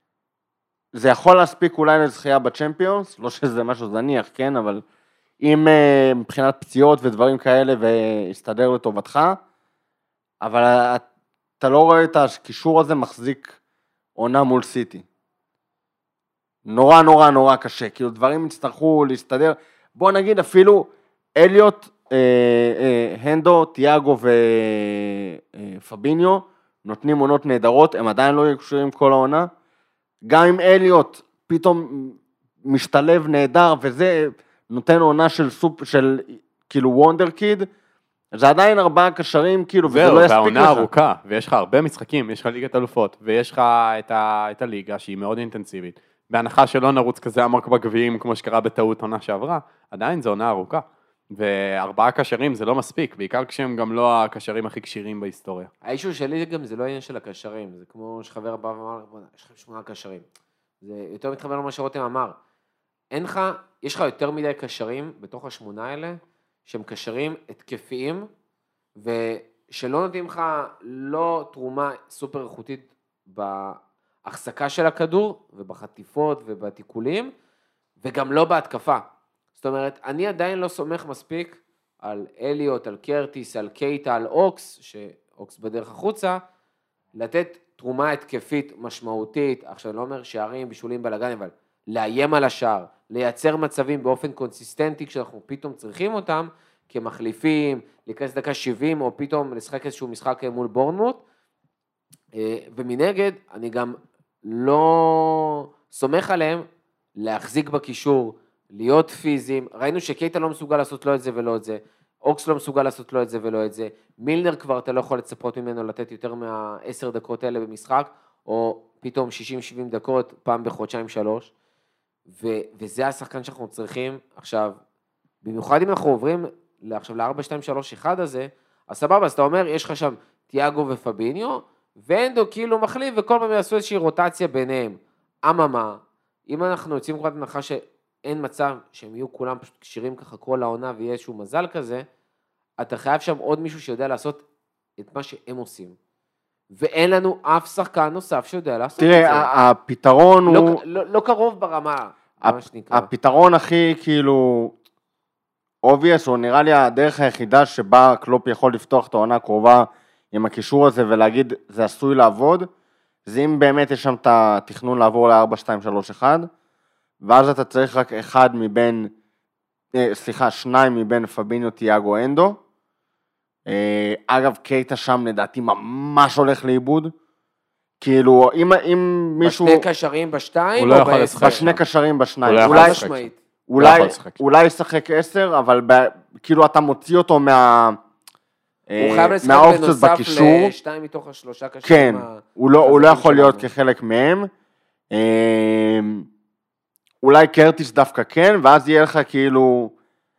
זה יכול להספיק אולי לזכייה בצ'מפיונס, לא שזה משהו זניח, כן, אבל אם מבחינת פציעות ודברים כאלה והסתדר לטובתך, אבל אתה לא רואה את הקישור הזה מחזיק עונה מול סיטי. נורא נורא נורא קשה, כאילו דברים יצטרכו להסתדר, בוא נגיד אפילו אליוט, הנדו, תיאגו ופביניו נותנים עונות נהדרות, הם עדיין לא יקשורים כל העונה, גם אם אליוט פתאום משתלב נהדר, וזה נותן עונה של סופ, של כאילו וונדר קיד, זה עדיין ארבעה קשרים, כאילו, וזה לא יספיק לך. והעונה ארוכה, ויש לך הרבה משחקים, יש לך ליגת אלופות, ויש לך את, ה, את הליגה שהיא מאוד אינטנסיבית, בהנחה שלא נרוץ כזה עמוק בגביעים, כמו שקרה בטעות עונה שעברה, עדיין זו עונה ארוכה. וארבעה קשרים זה לא מספיק, בעיקר כשהם גם לא הקשרים הכי קשירים בהיסטוריה. האישו שלי גם זה לא עניין של הקשרים, זה כמו שחבר הבא ואמר, יש לכם שמונה קשרים. זה יותר מתחבר למה שרותם אמר. אין לך, יש לך יותר מדי קשרים בתוך השמונה האלה, שהם קשרים התקפיים, ושלא נותנים לך לא תרומה סופר איכותית בהחזקה של הכדור, ובחטיפות ובתיקולים, וגם לא בהתקפה. זאת אומרת, אני עדיין לא סומך מספיק על אליוט, על קרטיס, על קייטה, על אוקס, שאוקס בדרך החוצה, לתת תרומה התקפית משמעותית, עכשיו אני לא אומר שערים, בישולים, בלגן, אבל לאיים על השער, לייצר מצבים באופן קונסיסטנטי, כשאנחנו פתאום צריכים אותם, כמחליפים, להיכנס דקה שבעים, או פתאום לשחק איזשהו משחק מול בורנמוט, ומנגד, אני גם לא סומך עליהם להחזיק בקישור, להיות פיזיים, ראינו שקייטה לא מסוגל לעשות לא את זה ולא את זה, אוקס לא מסוגל לעשות לא את זה ולא את זה, מילנר כבר אתה לא יכול לצפות ממנו לתת יותר מהעשר דקות האלה במשחק, או פתאום שישים שבעים דקות, פעם בחודשיים שלוש, ו- וזה השחקן שאנחנו צריכים. עכשיו, במיוחד אם אנחנו עוברים עכשיו ל-ארבע שתיים שלוש אחת הזה, אז סבבה, אז אתה אומר, יש לך שם תיאגו ופביניו, ואנדו כאילו מחליף, וכל פעם יעשו איזושהי רוטציה ביניהם. אממה, אם אנחנו יוצאים כבר הנחה שאין מצב שהם יהיו כולם פשוט קשירים ככה כל העונה, ויהיה איזשהו מזל כזה, אתה חייב שם עוד מישהו שיודע לעשות את מה שהם עושים. ואין לנו אף שחקן נוסף שיודע לעשות תראה, את זה. תראה, הפתרון לא, הוא... לא, לא קרוב ברמה. מה שנקרא. הפתרון הכי כאילו obvious, או נראה לי הדרך היחידה שבה קלופ יכול לפתוח את העונה הקרובה עם הקישור הזה ולהגיד זה עשוי לעבוד, זה אם באמת יש שם את התכנון לעבור ל-ארבע שתיים שלוש אחת, ואז אתה צריך רק אחד מבין, סליחה, שניים מבין פביניו, תיאגו, אנדו. אגב, קייטה שם לדעתי ממש הולך לאיבוד. כאילו, אם, אם מישהו... בשני קשרים בשתיים? הוא לא יכול לשחק. בשני קשרים בשניים. הוא לא יכול אולי, לשחק. אולי, לא יכול אולי ישחק עשר, אבל ב, כאילו אתה מוציא אותו מה... הוא חייב לשחק בנוסף לשתיים מתוך השלושה קשרים. כן, הוא לא, הוא לא יכול להיות כחלק מהם. אולי קרטיס דווקא כן, ואז יהיה לך כאילו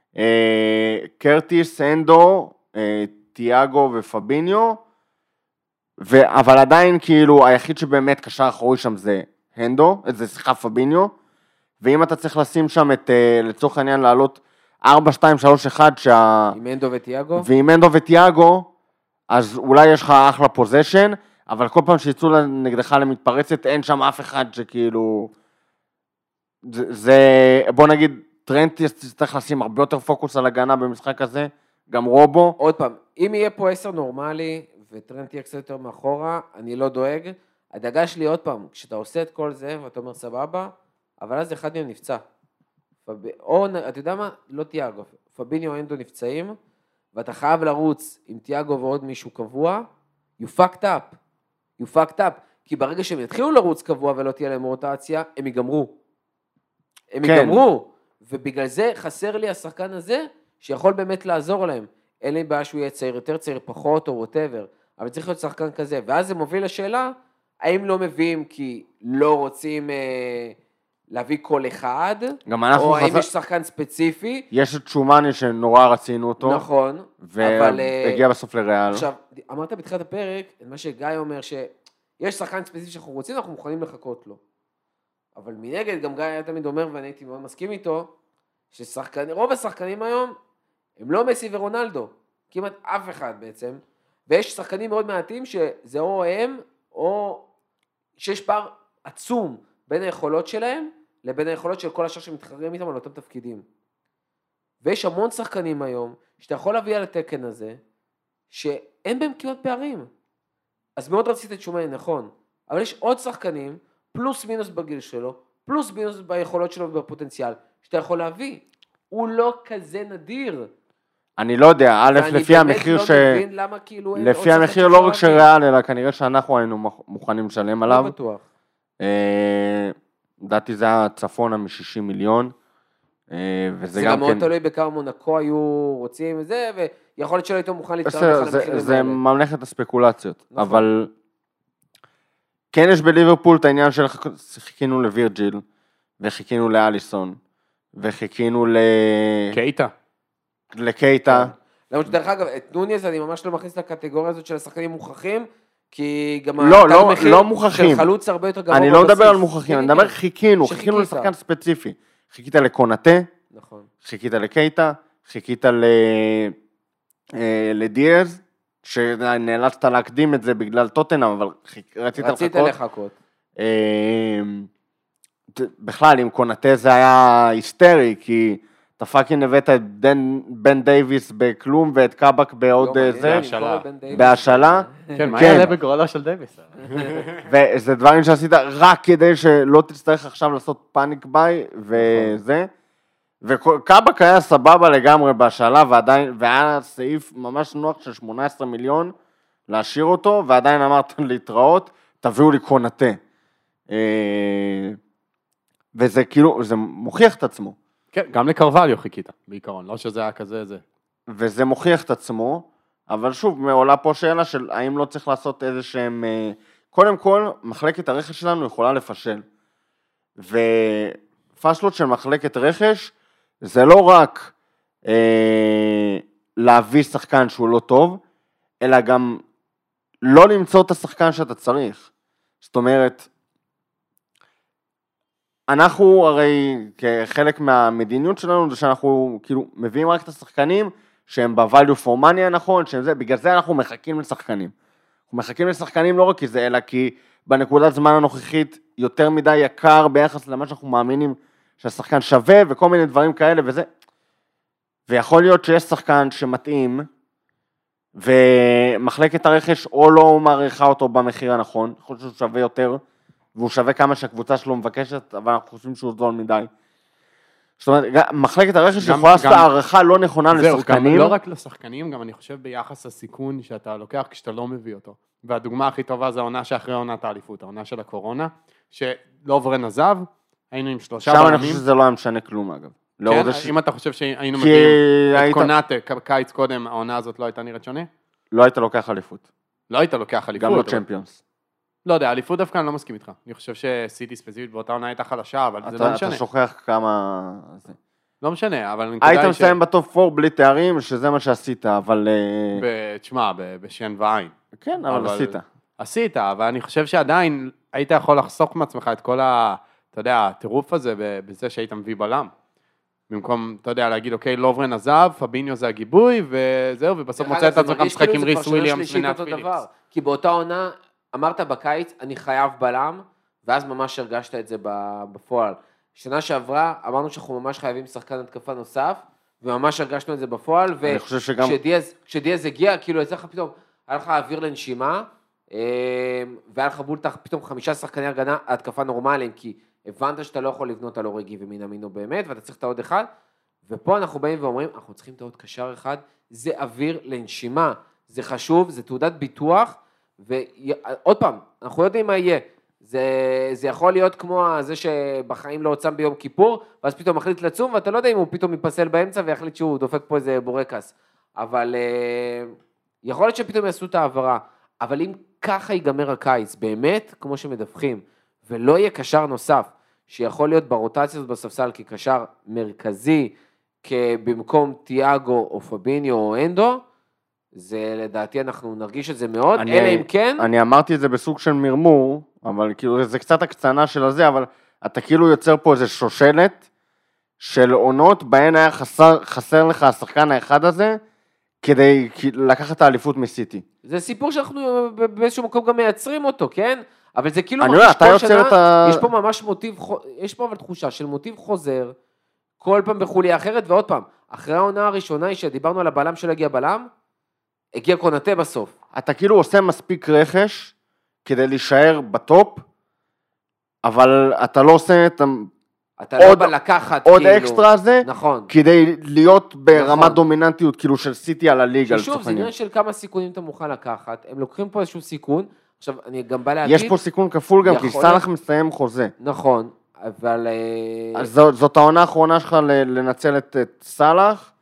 קרטיס, אנדו, תיאגו ופביניו, ו... אבל עדיין כאילו היחיד שבאמת קשר אחורי שם זה הנדו, זה שיחה פביניו, ואם אתה צריך לשים שם את, לצורך העניין לעלות ארבע שתיים שלוש אחת, שה... עם אנדו ותיאגו? ועם אנדו ותיאגו, אז אולי יש לך אחלה פוזיישן, אבל כל פעם שיצאו נגדך למתפרצת, אין שם אף אחד שכאילו... זה, זה בוא נגיד, טרנט צריך לשים הרבה יותר פוקוס על הגנה במשחק הזה, גם רובו. עוד פעם, אם יהיה פה עשר נורמלי, וטרנט יהיה קצת יותר מאחורה, אני לא דואג. הדאגה שלי עוד פעם, כשאתה עושה את כל זה, ואתה אומר סבבה, אבל אז אחד מהם נפצע. פב... או, אתה יודע מה? לא תיאגו. פביניו אנדו נפצעים, ואתה חייב לרוץ עם תיאגו ועוד מישהו קבוע, you fucked up. you fucked up. כי ברגע שהם יתחילו לרוץ קבוע ולא תהיה להם רוטציה, הם ייגמרו. הם כן. ייגמרו. ובגלל זה חסר לי השחקן הזה, שיכול באמת לעזור להם. אין לי בעיה שהוא יהיה צעיר, יותר צעיר, פחות או whatever, אבל צריך להיות שחקן כזה. ואז זה מוביל לשאלה, האם לא מביאים כי לא רוצים אה, להביא כל אחד, או האם חזר... יש שחקן ספציפי. יש את שומני שנורא רצינו אותו. נכון. והגיע בסוף לריאל. עכשיו, אמרת בתחילת הפרק, את מה שגיא אומר, שיש שחקן ספציפי שאנחנו רוצים, אנחנו מוכנים לחכות לו. אבל מנגד, גם גיא היה תמיד אומר, ואני הייתי מאוד מסכים איתו, שרוב השחקנים היום, הם לא מסי ורונלדו, כמעט אף אחד בעצם, ויש שחקנים מאוד מעטים שזה או הם, או שיש פער עצום בין היכולות שלהם, לבין היכולות של כל השאר שמתחרים איתם על אותם תפקידים. ויש המון שחקנים היום, שאתה יכול להביא על התקן הזה, שאין בהם כמעט פערים. אז מאוד רצית את שומני, נכון, אבל יש עוד שחקנים, פלוס מינוס בגיל שלו, פלוס מינוס ביכולות שלו ובפוטנציאל, שאתה יכול להביא. הוא לא כזה נדיר. אני לא יודע, א', לפי המחיר ש... כאילו לפי המחיר לא רק שריאל, אלא כנראה שאנחנו היינו מוכנים לשלם עליו. לא בטוח. דעתי זה היה צפונה מ-שישים מיליון. זה גם מאוד תלוי בכמה מונקו היו רוצים וזה, ויכול להיות שלא הייתו מוכן להתקרב בכלל המחירים האלה. זה ממלכת הספקולציות, אבל כן יש בליברפול את העניין של חיכינו לווירג'יל, וחיכינו לאליסון, וחיכינו ל... קייטה. לקייטה. למרות שדרך אגב, את נוניאז אני ממש לא מכניס לקטגוריה הזאת של השחקנים מוכחים, כי גם... לא, לא, לא מוכחים. של חלוץ הרבה יותר גבוה. אני לא מדבר על מוכחים, אני מדבר חיכינו, חיכינו לשחקן ספציפי. חיכית לקונטה, חיכית לקייטה, חיכית לדיאז, שנאלצת להקדים את זה בגלל טוטנהאם, אבל רצית לחכות. רצית לחכות. בכלל, עם קונטה זה היה היסטרי, כי אתה פאקינג הבאת את בן דייביס בכלום, ואת קאבק בעוד זה, בהשאלה. כן, מה יעלה בגורלו של דייביס? וזה דברים שעשית רק כדי שלא תצטרך עכשיו לעשות פאניק ביי, וזה. וקאבק היה סבבה לגמרי בהשאלה, והיה סעיף ממש נוח של שמונה עשרה מיליון, להשאיר אותו, ועדיין אמרת להתראות, תביאו לי קונטה. וזה כאילו, זה מוכיח את עצמו. כן, גם לקרווליו חיכית, בעיקרון, לא שזה היה כזה זה. וזה מוכיח את עצמו, אבל שוב, מעולה פה שאלה של האם לא צריך לעשות איזה שהם... קודם כל, מחלקת הרכש שלנו יכולה לפשל. ופשלות של מחלקת רכש, זה לא רק אה, להביא שחקן שהוא לא טוב, אלא גם לא למצוא את השחקן שאתה צריך. זאת אומרת, אנחנו הרי כחלק מהמדיניות שלנו זה שאנחנו כאילו מביאים רק את השחקנים שהם ב-value for money הנכון, שהם זה, בגלל זה אנחנו מחכים לשחקנים. אנחנו מחכים לשחקנים לא רק כי זה, אלא כי בנקודת זמן הנוכחית יותר מדי יקר ביחס למה שאנחנו מאמינים שהשחקן שווה וכל מיני דברים כאלה וזה. ויכול להיות שיש שחקן שמתאים, ומחלקת הרכש או לא מעריכה אותו במחיר הנכון, יכול להיות שהוא שווה יותר, והוא שווה כמה שהקבוצה שלו מבקשת, אבל אנחנו חושבים שהוא זול מדי. זאת אומרת, מחלקת הרכש יכולה לעשות הערכה לא נכונה לשחקנים. לא רק לשחקנים, גם אני חושב ביחס הסיכון שאתה לוקח כשאתה לא מביא אותו. והדוגמה הכי טובה זה העונה שאחרי עונת האליפות, העונה של הקורונה, שלוברן עזב, היינו עם שלושה בלמים. שם אני חושב שזה לא היה משנה כלום אגב. כן, אם אתה חושב שהיינו מביאים את קונאטה קיץ קודם, העונה הזאת לא הייתה נראית שונה? לא היית לוקח אליפות. לא היית לוקח אליפות. גם לא צ'מפיונס. לא יודע, אליפות דווקא אני לא מסכים איתך. אני חושב שסיטי ספציפית באותה עונה הייתה חלשה, אבל זה לא משנה. אתה שוכח כמה... לא משנה, אבל... היית מסיים בטופ ארבע בלי תארים, שזה מה שעשית, אבל... תשמע, בשן ועין. כן, אבל עשית. עשית, אבל אני חושב שעדיין היית יכול לחסוך מעצמך את כל ה... אתה יודע, הטירוף הזה בזה שהיית מביא בלם. במקום, אתה יודע, להגיד, אוקיי, לוברן עזב, פביניו זה הגיבוי, וזהו, ובסוף מוצא את עצמך משחק עם ריס וויליאמס ונאט פיליפס. כי באותה עונה, אמרת בקיץ, אני חייב בלם, ואז ממש הרגשת את זה בפועל. שנה שעברה, אמרנו שאנחנו ממש חייבים שחקן התקפה נוסף, וממש הרגשנו את זה בפועל, וכשדיאז הגיע, כאילו יצא לך פתאום, היה לך אוויר לנשימה, והיה לך בולטח פתאום חמישה שחקני הגנה, התקפה נורמליים, כי הבנת שאתה לא יכול לבנות על אורגי ומן אמינו באמת, ואתה צריך את העוד אחד, ופה אנחנו באים ואומרים, אנחנו צריכים את העוד קשר אחד, זה אוויר לנשימה, זה חשוב, זה תעודת ביטוח, ועוד פעם, אנחנו יודעים מה יהיה, זה, זה יכול להיות כמו זה שבחיים לא הוצם ביום כיפור, ואז פתאום מחליט לצום, ואתה לא יודע אם הוא פתאום מתפסל באמצע, ויחליט שהוא דופק פה איזה בורקס, אבל יכול להיות שפתאום יעשו את העברה, אבל אם ככה ייגמר הקיץ, באמת, כמו שמדווחים, ולא יהיה קשר נוסף, שיכול להיות ברוטציה הזאת בספסל כקשר מרכזי, במקום תיאגו או פביניו או אנדו, זה לדעתי אנחנו נרגיש את זה מאוד, אלא אם כן... אני אמרתי את זה בסוג של מרמור, אבל כאילו זה קצת הקצנה של הזה, אבל אתה כאילו יוצר פה איזה שושלת של עונות, בהן היה חסר, חסר לך השחקן האחד הזה, כדי לקחת את האליפות מסיטי. זה סיפור שאנחנו באיזשהו מקום גם מייצרים אותו, כן? אבל זה כאילו מרגיש כל שנה, ה... יש פה ממש מוטיב, יש פה אבל תחושה של מוטיב חוזר, כל פעם בחוליה אחרת, ועוד פעם, אחרי העונה הראשונה היא שדיברנו על הבלם שלא הגיע בלם, הגיע קונאטה בסוף. אתה כאילו עושה מספיק רכש, כדי להישאר בטופ, אבל אתה לא עושה את... אתה לא בא לקחת, עוד אקסטרה הזה, נכון. כדי להיות ברמת דומיננטיות, כאילו של סיטי על הליגה. ששוב, זה עניין של כמה סיכונים אתה מוכן לקחת, הם לוקחים פה איזשהו סיכון, עכשיו אני גם בא להגיד... יש פה סיכון כפול גם, כי סלאח מסיים חוזה. נכון, אבל... אז זאת העונה האחרונה שלך לנצל את סלאח,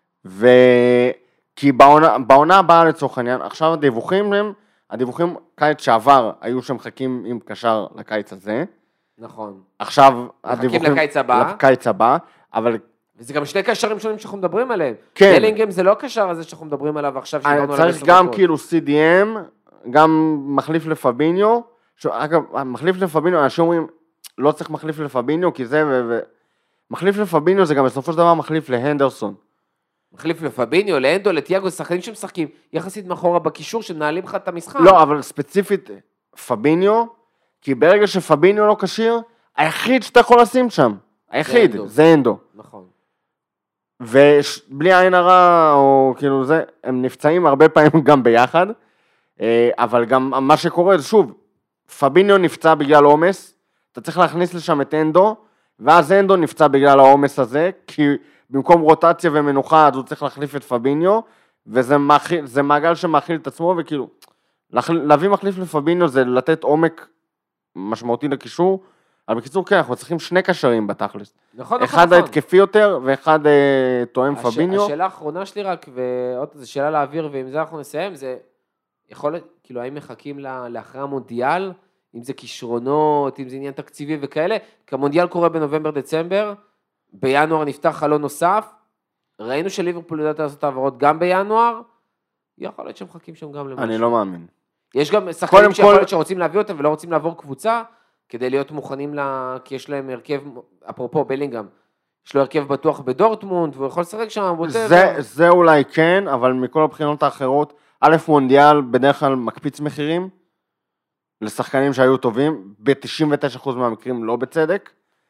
כי בעונה הבאה לצורך העניין, עכשיו הדיווחים הם, הדיווחים קיץ שעבר, היו שמחכים עם קשר לקיץ הזה, נכון. עכשיו מחכים לקיץ הבא. לקיץ הבא, אבל... וזה גם שני קשרים שונים שאנחנו מדברים עליהם. כן. בלינגהם זה לא קשר הזה שאנחנו מדברים עליו עכשיו, שדיברנו עליו צריך גם כאילו סי די אם, גם מחליף לפביניו, אגב, מחליף לפביניו, אנשים אומרים, לא צריך מחליף לפביניו, כי זה, ו... ו... מחליף לפביניו זה גם בסופו של דבר מחליף להנדרסון. מחליף לפביניו, לאנדו, לתיאגו, שחקנים שמשחקים, יחסית מאחורה בקישור, שמנהלים לך את המשחק. לא, אבל ספציפית פביניו, כי ברגע שפביניו לא קשיר, היחיד שאתה יכול לשים שם, היחיד, זה אנדו. זה אנדו. נכון. ובלי עין הרע, או כאילו זה, הם נפצעים הרבה פעמים גם ביחד, אבל גם מה שקורה זה שוב, פביניו נפצע בגלל עומס, אתה צריך להכניס לשם את אנדו, ואז אנדו נפצע בגלל העומס הזה, כי במקום רוטציה ומנוחה, אז הוא צריך להחליף את פביניו, וזה מאכיל, זה מעגל שמאכיל את עצמו, וכאילו, להביא מחליף לפביניו זה לתת עומק משמעותי לקישור, אבל בקיצור כן, אנחנו צריכים שני קשרים בתכלס. נכון, אחד נכון. ההתקפי יותר, ואחד אה, תואם הש... פביניו. השאלה האחרונה שלי רק, ועוד זו שאלה להעביר, ועם זה אנחנו נסיים, זה יכול להיות, כאילו, האם מחכים לה, לאחרי המונדיאל, אם זה כישרונות, אם זה עניין תקציבי וכאלה, כי המונדיאל קורה בנובמבר-דצמבר, בינואר נפתח חלון נוסף, ראינו שליברפול יודעת לעשות העברות גם בינואר, יכול להיות שמחכים שם גם למשהו. אני לא מאמין. יש גם שחקנים שיכול להיות שרוצים להביא אותם ולא רוצים לעבור קבוצה, כדי להיות מוכנים לה, כי יש להם הרכב, אפרופו בלינגהם, יש לו הרכב בטוח בדורטמונד, והוא יכול לשחק שם. זה, זה אולי כן, אבל מכל הבחינות האחרות, א' מונדיאל בדרך כלל מקפיץ מחירים, לשחקנים שהיו טובים, ב-תשעים ותשעה אחוז מהמקרים לא בצדק,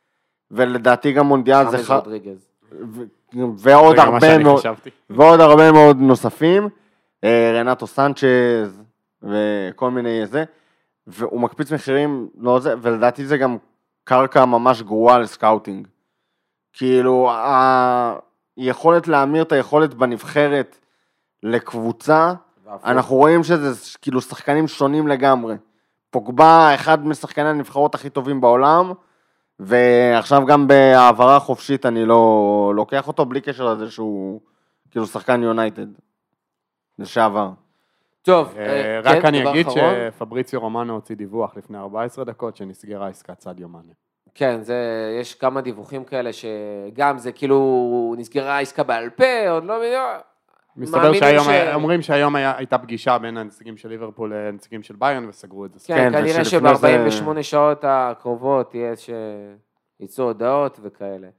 ולדעתי גם מונדיאל זה... חמש רודריגז. ו- ועוד הרבה מאוד, ועוד הרבה מאוד נוספים, רנטו סנצ'ז וכל מיני זה, והוא מקפיץ מחירים, לא זה, ולדעתי זה גם קרקע ממש גרועה לסקאוטינג. כאילו, היכולת להמיר את היכולת בנבחרת לקבוצה, אנחנו רואים שזה כאילו שחקנים שונים לגמרי. פוגבה, אחד משחקני הנבחרות הכי טובים בעולם, ועכשיו גם בהעברה חופשית אני לא לוקח אותו, בלי קשר לזה שהוא כאילו שחקן יונייטד, לשעבר. טוב, רק אני אגיד שפבריציו רומנו הוציא דיווח לפני ארבע עשרה דקות, שנסגרה עסקת סדיו מאנה. כן, זה, יש כמה דיווחים כאלה שגם זה כאילו נסגרה עסקה בעל פה, עוד לא מיליון. מסתבר שהיום, ש... אומרים שהיום היה, הייתה פגישה בין הנציגים של ליברפול לנציגים של ביירן וסגרו את זה. כן, כן כנראה שב-ארבעים ושמונה זה... שעות הקרובות יהיה שיצאו הודעות וכאלה.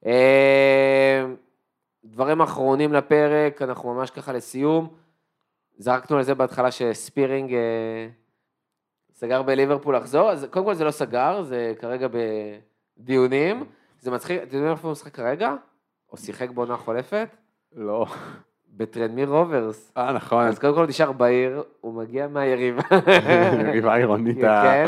דברים אחרונים לפרק, אנחנו ממש ככה לסיום. זרקנו על זה בהתחלה שספירינג סגר בליברפול לחזור, אז קודם כל זה לא סגר, זה כרגע בדיונים. זה מצחיק, אתם יודעים איפה הוא משחק כרגע? או שיחק בעונה חולפת? לא. בטרנמיר רוברס. אה, נכון. אז קודם כל נשאר בעיר, הוא מגיע מהיריבה. יריבה עירונית. כן.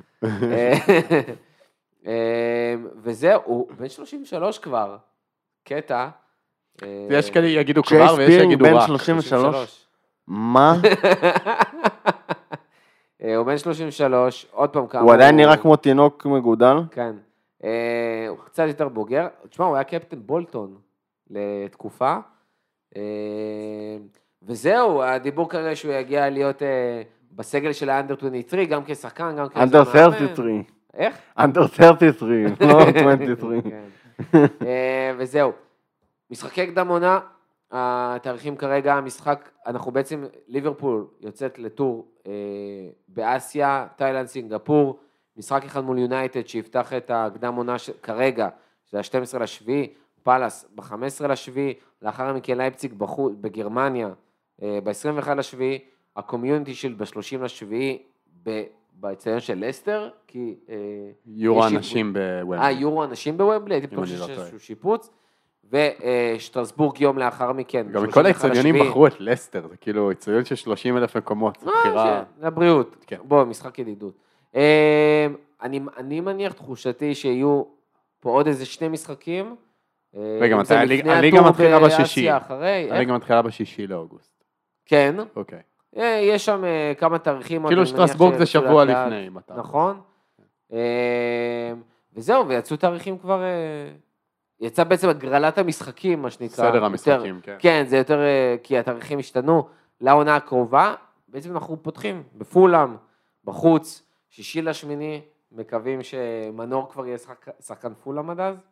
וזהו, הוא בן שלושים ושלוש כבר. קטע. יש כאלה יגידו כבר ויש יגידו רק. בן שלושים ושלוש? מה? הוא בן שלושים ושלוש, עוד פעם כמה. הוא עדיין נראה כמו תינוק מגודל? כן. הוא קצת יותר בוגר. תשמע, הוא היה קפטן בולטון לתקופה. וזהו, הדיבור כרגע שהוא יגיע להיות בסגל של האנדר עשרים ושלוש, גם כשחקן, גם כשחקן. אנדר שלושים ושלוש. איך? אנדר שלושים ושלוש, לא עשרים ושלוש. וזהו. משחקי קדם עונה, התאריכים כרגע, המשחק, אנחנו בעצם, ליברפול יוצאת לטור באסיה, תאילנד, סינגפור, משחק אחד מול יונייטד שיפתח את הקדם עונה כרגע, שזה ה-שנים עשר לשביעי, פלאס ב-חמישה עשר לשביעי, לאחר מכן לייפציג בגרמניה ב-עשרים ואחד לשביעי, הקומיוניטי של ב-שלושים לשביעי באצטדיון של לסטר, כי... יורו אנשים בוומבלי. אה, יורו אנשים בוומבלי, הייתי בטוח שיש איזשהו שיפוץ, ושטרסבורג יום לאחר מכן. גם כל האצטדיונים בחרו את לסטר, זה כאילו אצטדיון של שלושים אלף מקומות, זה בחירה... לבריאות, בוא, משחק ידידות. אני מניח תחושתי שיהיו פה עוד איזה שני משחקים, רגע, מתי? הליגה מתחילה בשישי. הליגה מתחילה בשישי לאוגוסט. כן. אוקיי. יש שם כמה תאריכים. כאילו שטרסבורג זה שבוע לפני. נכון. וזהו, ויצאו תאריכים כבר... יצא בעצם הגרלת המשחקים, מה שנקרא. סדר המשחקים, כן. כן, זה יותר... כי התאריכים השתנו לעונה הקרובה. בעצם אנחנו פותחים בפולאם, בחוץ, שישי לשמיני, מקווים שמנור כבר יהיה שחקן פולאם עד אז.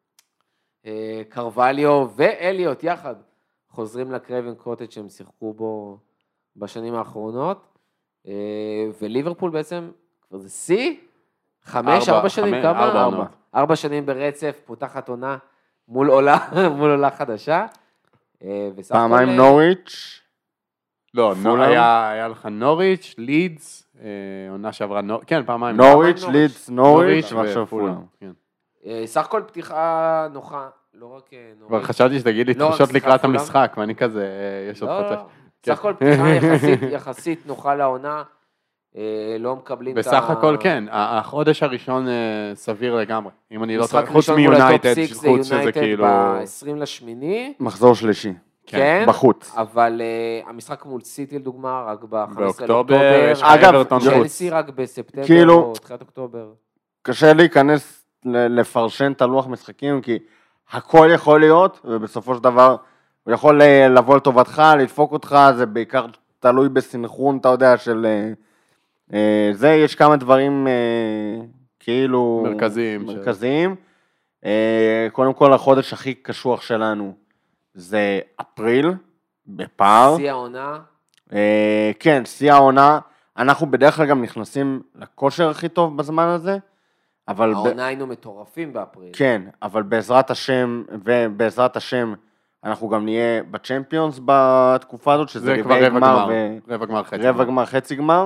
קרווליו ואליוט יחד חוזרים לקרייבן קוטג' שהם שיחקו בו בשנים האחרונות, וליברפול בעצם כבר זה סי, חמש, ארבע שנים, כמה? ארבע, ארבע שנים ברצף, פותחת עונה מול עולה, מול עולה חדשה. פעמיים נוריץ'. לא, היה לך נוריץ', לידס, עונה שעברה, כן, פעמיים. נוריץ', לידס, נוריץ', ועכשיו פולאם. סך הכל פתיחה נוחה, לא רק נוריץ'. כבר חשבתי שתגיד לי תחושות לקראת המשחק, ואני כזה, יש עוד חצי. סך הכל פתיחה יחסית נוחה לעונה, לא מקבלים את ה... בסך הכל כן, החודש הראשון סביר לגמרי. אם אני לא טועה, חוץ מיונייטד, חוץ שזה כאילו... ב-עשרים לשמיני. מחזור שלישי. כן, בחוץ. אבל המשחק מול סיטי לדוגמה, רק ב-חמישה עשר באוקטובר. אגב, צ'לסי רק בספטמבר או תחילת אוקטובר. קשה להיכנס לפרשן את הלוח משחקים, כי הכל יכול להיות, ובסופו של דבר הוא יכול לבוא לטובתך, לדפוק אותך, זה בעיקר תלוי בסנכרון, אתה יודע, של זה, יש כמה דברים כאילו... מרכזיים. מרכזיים. קודם כל, החודש הכי קשוח שלנו זה אפריל, בפער. שיא העונה. כן, שיא העונה. אנחנו בדרך כלל גם נכנסים לכושר הכי טוב בזמן הזה. אבל העונה ב... היינו מטורפים באפריל. כן, אבל בעזרת השם, ובעזרת השם, אנחנו גם נהיה בצ'מפיונס בתקופה הזאת, שזה רבע גמר, ו... רבע גמר חצי רבע גמר חצי גמר.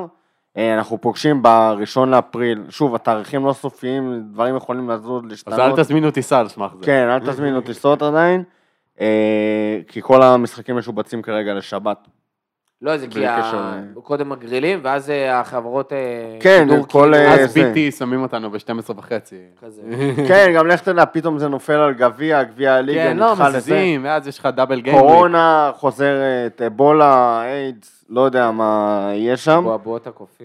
אנחנו פוגשים בראשון לאפריל, שוב, התאריכים לא סופיים, דברים יכולים לזוז, להשתנות. אז אל תזמינו טיסה על סמך זה. כן, אל תזמינו טיסות עדיין, כי כל המשחקים משובצים כרגע לשבת. לא, זה כי קודם מגרילים, ואז החברות... כן, כל... אז בי טי שמים אותנו ב-שתים עשרה וחצי. כן, גם לך תדע, פתאום זה נופל על גביע, גביע הליגה, כן, לא, מזיזים, ואז יש לך דאבל גיים. קורונה חוזרת, אבולה, איידס, לא יודע מה יש שם. בועבועות הקופים.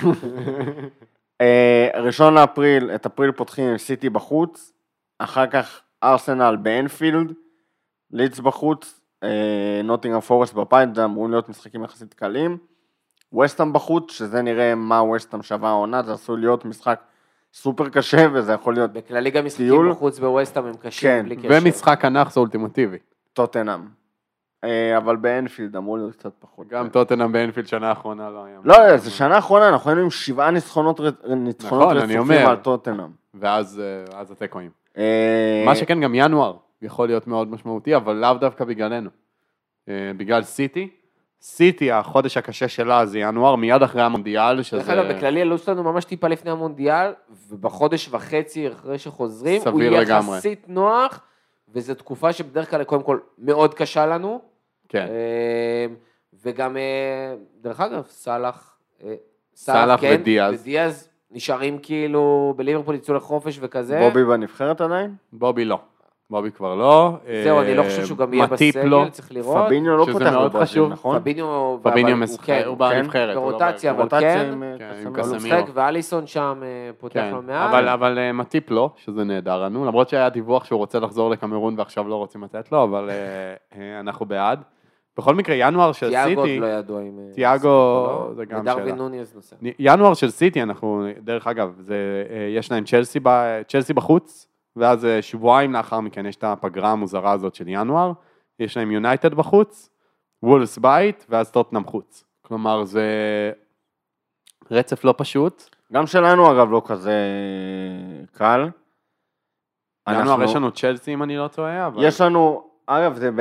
ראשון לאפריל, את אפריל פותחים עם סיטי בחוץ, אחר כך ארסנל באנפילד, לידס בחוץ, נוטינגהאם פורסט בבית, זה אמורים להיות משחקים יחסית קלים, ווסטהאם בחוץ, שזה נראה מה ווסטהאם שווה העונה, זה עשוי להיות משחק סופר קשה, וזה יכול להיות טיול. בכללי גם משחקים בחוץ בווסטהאם הם קשים, בלי קשר. ומשחק הנאחס האולטימטיבי. טוטנהאם. אבל באנפילד אמור להיות קצת פחות. גם טוטנהאם באנפילד שנה האחרונה לא היה. לא, זה שנה האחרונה, אנחנו היינו עם שבעה ניצחונות רצופים על טוטנהאם. ואז התיקואים. מה שכן, גם ינואר יכול להיות מאוד משמעותי, אבל לאו דווקא בגללנו. בגלל סיטי. סיטי, החודש הקשה שלה זה ינואר, מיד אחרי המונדיאל. דרך אגב, בכללי הלו"ז שלנו ממש טיפה לפני המונדיאל, ובחודש וחצי אחרי שחוזרים, הוא יהיה יחסית נוח, וזו תקופה שבדרך כלל קודם כל מאוד קשה לנו. כן. וגם, דרך אגב, סלאח, סלאח ודיאז. ודיאז נשארים כאילו בליברפול יצאו לחופש וכזה. בובי בנבחרת עדיין? בובי לא. בובי כבר לא. זהו, אני לא חושב שהוא גם יהיה בסגל, צריך לראות. פביניו לא פותח בברזיל, נכון? פביניו, פביניו משחק, הוא בנבחרת. ברוטציה, אבל כן. עם הוא קסמירו. משחק, ואליסון שם פותח לא מעט. אבל מטיפ לא, שזה נהדר לנו, למרות שהיה דיווח שהוא רוצה לחזור לקמרון, ועכשיו לא רוצים לתת לו, אבל אנחנו בעד. בכל מקרה, ינואר של סיטי... תיאגו לא ידוע אם... תיאגו, זה גם שאלה. ודרווין נוניז נוסע. ינואר של סיטי, אנחנו, דרך אגב, יש להם צ'לסי בחוץ, ואז שבועיים לאחר מכן יש את הפגרה המוזרה הזאת של ינואר, יש להם יונייטד בחוץ, וולס בית, ואז טוטנהאם חוץ. כלומר, זה רצף לא פשוט. גם שלנו אגב לא כזה קל. ינואר אנחנו... יש לנו צ'לסי אם אני לא טועה, אבל... יש לנו, אגב זה ב...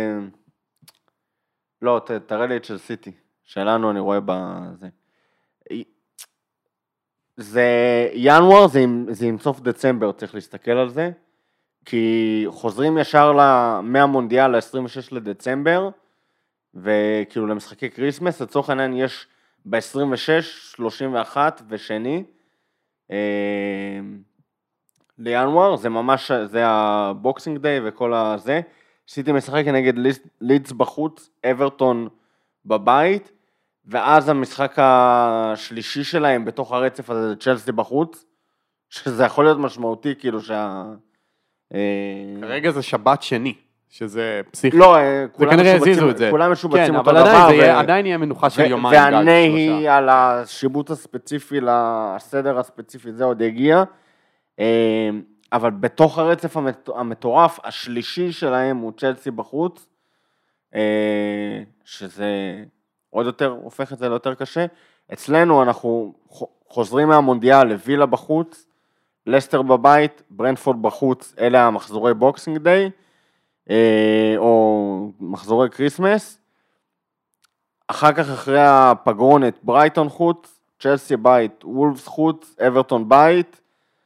לא, ת, תראה לי את של סיטי, שלנו אני רואה בזה. זה ינואר, זה עם, זה עם סוף דצמבר, צריך להסתכל על זה, כי חוזרים ישר מהמונדיאל ל-עשרים ושש לדצמבר, וכאילו למשחקי קריסמס, לצורך העניין יש ב-עשרים ושש, שלושים ואחת ושני, אה, לינואר, זה ממש, זה הבוקסינג דיי וכל הזה, סיטי משחק נגד לידס בחוץ, אברטון בבית, ואז המשחק השלישי שלהם בתוך הרצף הזה, צ'לסי בחוץ, שזה יכול להיות משמעותי, כאילו שה... כרגע זה שבת שני, שזה פסיכי. לא, כולם משובצים אותו דבר. כן, אבל עדיין יהיה מנוחה של יומיים. והנהי על השיבוט הספציפי, לסדר הספציפי, זה עוד יגיע. אבל בתוך הרצף המטורף, השלישי שלהם הוא צ'לסי בחוץ, שזה... עוד יותר, הופך את זה ליותר קשה. אצלנו אנחנו חוזרים מהמונדיאל לווילה בחוץ, לסטר בבית, ברנפורד בחוץ, אלה המחזורי בוקסינג דיי, או מחזורי קריסמס. אחר כך אחרי הפגרונת, ברייטון חוץ, צ'לסי בית, וולפס חוץ, אברטון בית.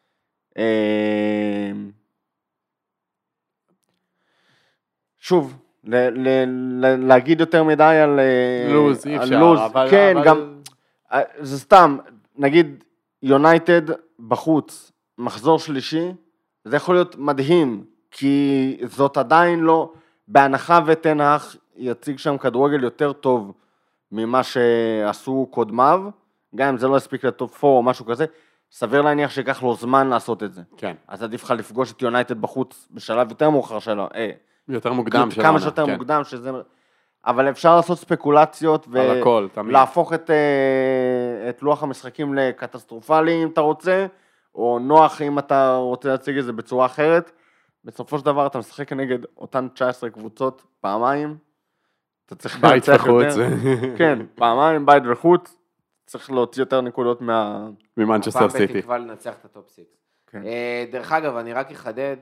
שוב, להגיד יותר מדי על לוז, אי אפשר, אבל... כן, גם, זה סתם, נגיד יונייטד בחוץ, מחזור שלישי, זה יכול להיות מדהים, כי זאת עדיין לא, בהנחה ותנח יציג שם כדורגל יותר טוב ממה שעשו קודמיו, גם אם זה לא הספיק לטופ פור או משהו כזה, סביר להניח שיקח לו זמן לעשות את זה. כן. אז עדיף לך לפגוש את יונייטד בחוץ בשלב יותר מאוחר שלו, אה, יותר מוקדם שלנו. כמה שיותר כן. מוקדם, שזה... אבל אפשר לעשות ספקולציות, ולהפוך את, את לוח המשחקים לקטסטרופלי אם אתה רוצה, או נוח אם אתה רוצה להציג את זה בצורה אחרת. בסופו של דבר אתה משחק נגד אותן תשע עשרה קבוצות פעמיים, אתה צריך בית וחוץ. כן, פעמיים, בית וחוץ, צריך להוציא יותר נקודות מה... ממנצ'סטר סיטי. פעם בתקווה לנצח את הטופ סיקס. כן. דרך אגב, אני רק אחדד,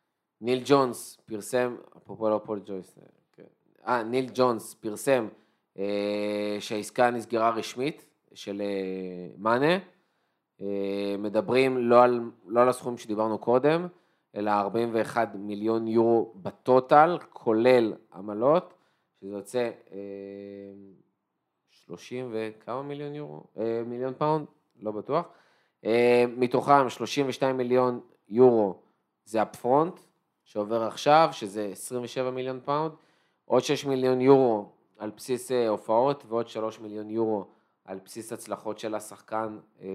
ניל ג'ונס פרסם, אפרופו לא פול ג'ויס, אה, ניל ג'ונס פרסם שהעסקה נסגרה רשמית של מאנה, מדברים לא על, לא על הסכום שדיברנו קודם, אלא ארבעים ואחד מיליון יורו בטוטל, כולל עמלות, שזה יוצא שלושים וכמה מיליון יורו, מיליון פאונד, לא בטוח, מתוכם שלושים ושניים מיליון יורו זה אפפרונט, שעובר עכשיו, שזה עשרים ושבעה מיליון פאונד, עוד שישה מיליון יורו על בסיס הופעות, ועוד שלושה מיליון יורו על בסיס הצלחות של השחקן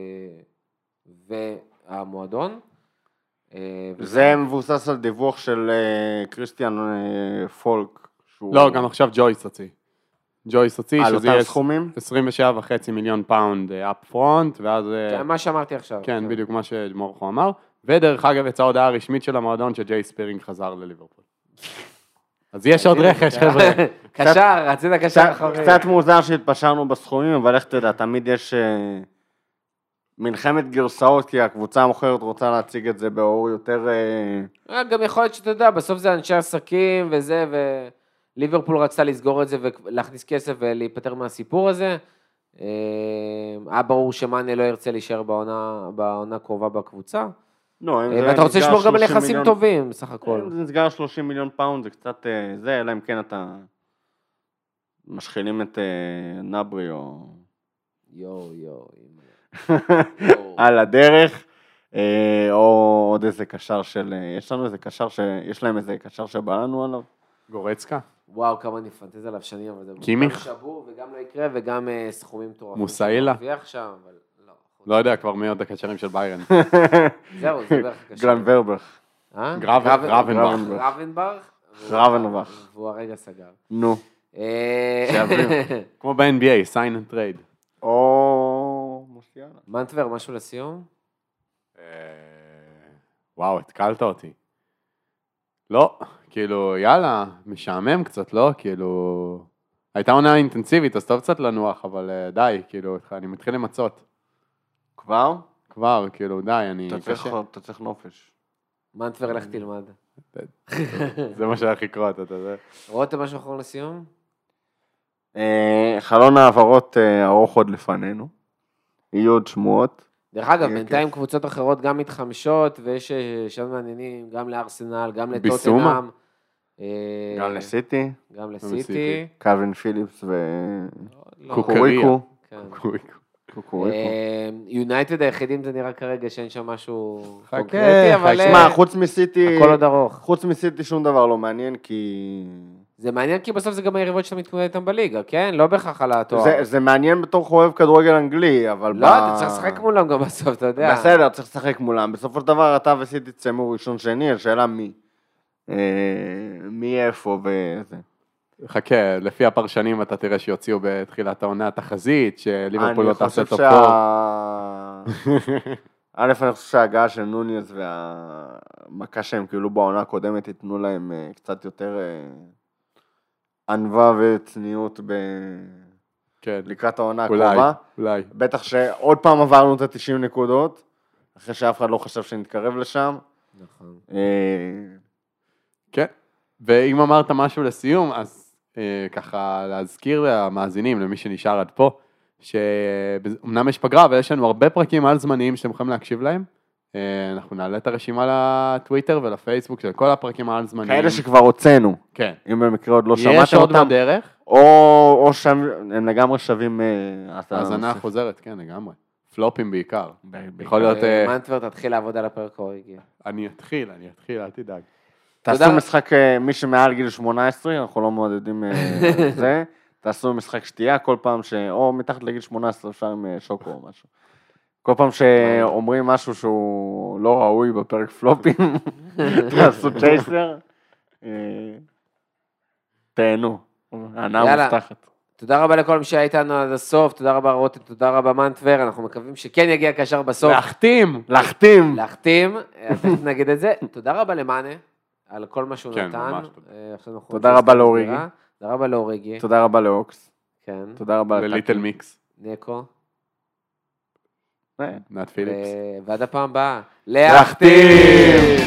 והמועדון. זה מבוסס על דיווח של קריסטיאן פולק. לא, גם עכשיו ג'ויס הוציא. ג'ויס הוציא שזה יהיה עשרים ושבעה וחצי מיליון פאונד אפ פרונט, ואז... מה שאמרתי עכשיו. כן, בדיוק מה שמורכו אמר. ודרך אגב, יצאה הודעה רשמית של המועדון שג'יי ספירינג חזר לליברפול. אז יש עוד רכש, חבר'ה. קשר, רצית קשר אחרי. קצת מוזר שהתפשרנו בסכומים, אבל איך תדע, תמיד יש מלחמת גרסאות, כי הקבוצה המוכרת רוצה להציג את זה באור יותר... גם יכול להיות שאתה יודע, בסוף זה אנשי עסקים וזה, וליברפול רצתה לסגור את זה ולהכניס כסף ולהיפטר מהסיפור הזה. היה ברור שמאנה לא ירצה להישאר בעונה קרובה בקבוצה. ואתה רוצה לשמור גם על יחסים טובים, בסך הכל. זה נסגר שלושים מיליון פאונד, זה קצת זה, אלא אם כן אתה משחילים את נברי או... יו, יו. על הדרך, או עוד איזה קשר של... יש לנו איזה קשר ש... יש להם איזה קשר שבא לנו עליו? גורצקה? וואו, כמה אני פנטז עליו שנים, אבל זה... קימיך? שבור וגם לא יקרה, וגם סכומים טורפים. מוסאילה? שם, אבל... לא יודע, כבר מי עוד הקשרים של ביירן. זהו, זה בערך הקשר. גרן ורבך. גרבנבך. גרבנבך. גרבנבך. והוא הרגע סגר. נו. כמו ב-אן בי איי, sign and trade. או... מוסיאלה. מנטבר, משהו לסיום? וואו, התקלת אותי. לא, כאילו, יאללה, משעמם קצת, לא? כאילו... הייתה עונה אינטנסיבית, אז טוב קצת לנוח, אבל די, כאילו, אני מתחיל למצות. כבר? כבר, כאילו, די, אני... אתה צריך נופש. מנטבר, לך תלמד. זה מה שהולך לקרות, אתה יודע. רותם משהו אחרון לסיום? חלון העברות ארוך עוד לפנינו. יהיו עוד שמועות. דרך אגב, בינתיים קבוצות אחרות גם מתחמשות, ויש שם מעניינים גם לארסנל, גם לטוטנהאם. גם לסיטי. גם לסיטי. קלווין פיליפס וקוקוריקו. קוקוריקו. יונייטד היחידים זה נראה כרגע שאין שם משהו קונקרטי, אבל... שמע, חוץ מסיטי... הכל עוד ארוך. חוץ מסיטי שום דבר לא מעניין, כי... זה מעניין כי בסוף זה גם היריבות שאתה מתמודד איתם בליגה, כן? לא בהכרח על התואר. זה מעניין בתור חובב כדורגל אנגלי, אבל... לא, אתה צריך לשחק מולם גם בסוף, אתה יודע. בסדר, צריך לשחק מולם. בסופו של דבר אתה וסיטי תסיימו ראשון שני, השאלה מי. מי איפה וזה. חכה, לפי הפרשנים אתה תראה שיוציאו בתחילת העונה תחזית, שליברפול לא תעשה טוב טוב. א', אני חושב שההגעה של נוניאז והמכה שהם כאילו בעונה הקודמת ייתנו להם קצת יותר ענווה וצניעות לקראת העונה הקרובה. אולי. בטח שעוד פעם עברנו את ה-תשעים נקודות, אחרי שאף אחד לא חשב שנתקרב לשם. נכון. כן, ואם אמרת משהו לסיום, אז ככה להזכיר למאזינים, למי שנשאר עד פה, שאומנם יש פגרה, אבל יש לנו הרבה פרקים על זמניים שאתם יכולים להקשיב להם. אנחנו נעלה את הרשימה לטוויטר ולפייסבוק של כל הפרקים על זמניים. כאלה שכבר הוצאנו. כן. אם במקרה עוד לא שמעתם אותם. יש עוד בדרך. או הם לגמרי שווים... האזנה חוזרת, כן, לגמרי. פלופים בעיקר. יכול להיות... מנטבר, תתחיל לעבוד על הפרק ההורגי. אני אתחיל, אני אתחיל, אל תדאג. תעשו משחק, מי שמעל גיל שמונה עשרה, אנחנו לא מעודדים זה, תעשו משחק שתייה, כל פעם ש... או מתחת לגיל שמונה עשרה אפשר עם שוקו או משהו. כל פעם שאומרים משהו שהוא לא ראוי בפרק פלופים, תעשו צ'ייסר, תהנו, הענה מובטחת. תודה רבה לכל מי שהיה איתנו עד הסוף, תודה רבה רותם, תודה רבה מנטבר, אנחנו מקווים שכן יגיע קשר בסוף. להחתים! להחתים! להחתים, תכף נגיד את זה. תודה רבה למאנה. על כל מה שהוא כן, נתן. ממש תודה. תודה רבה לאוריגי. תודה רבה לאוריגי. תודה רבה לאוקס. כן. תודה רבה לליטל מיקס. נקו. נאט פיליפס. ועד הפעם הבאה. להחתים!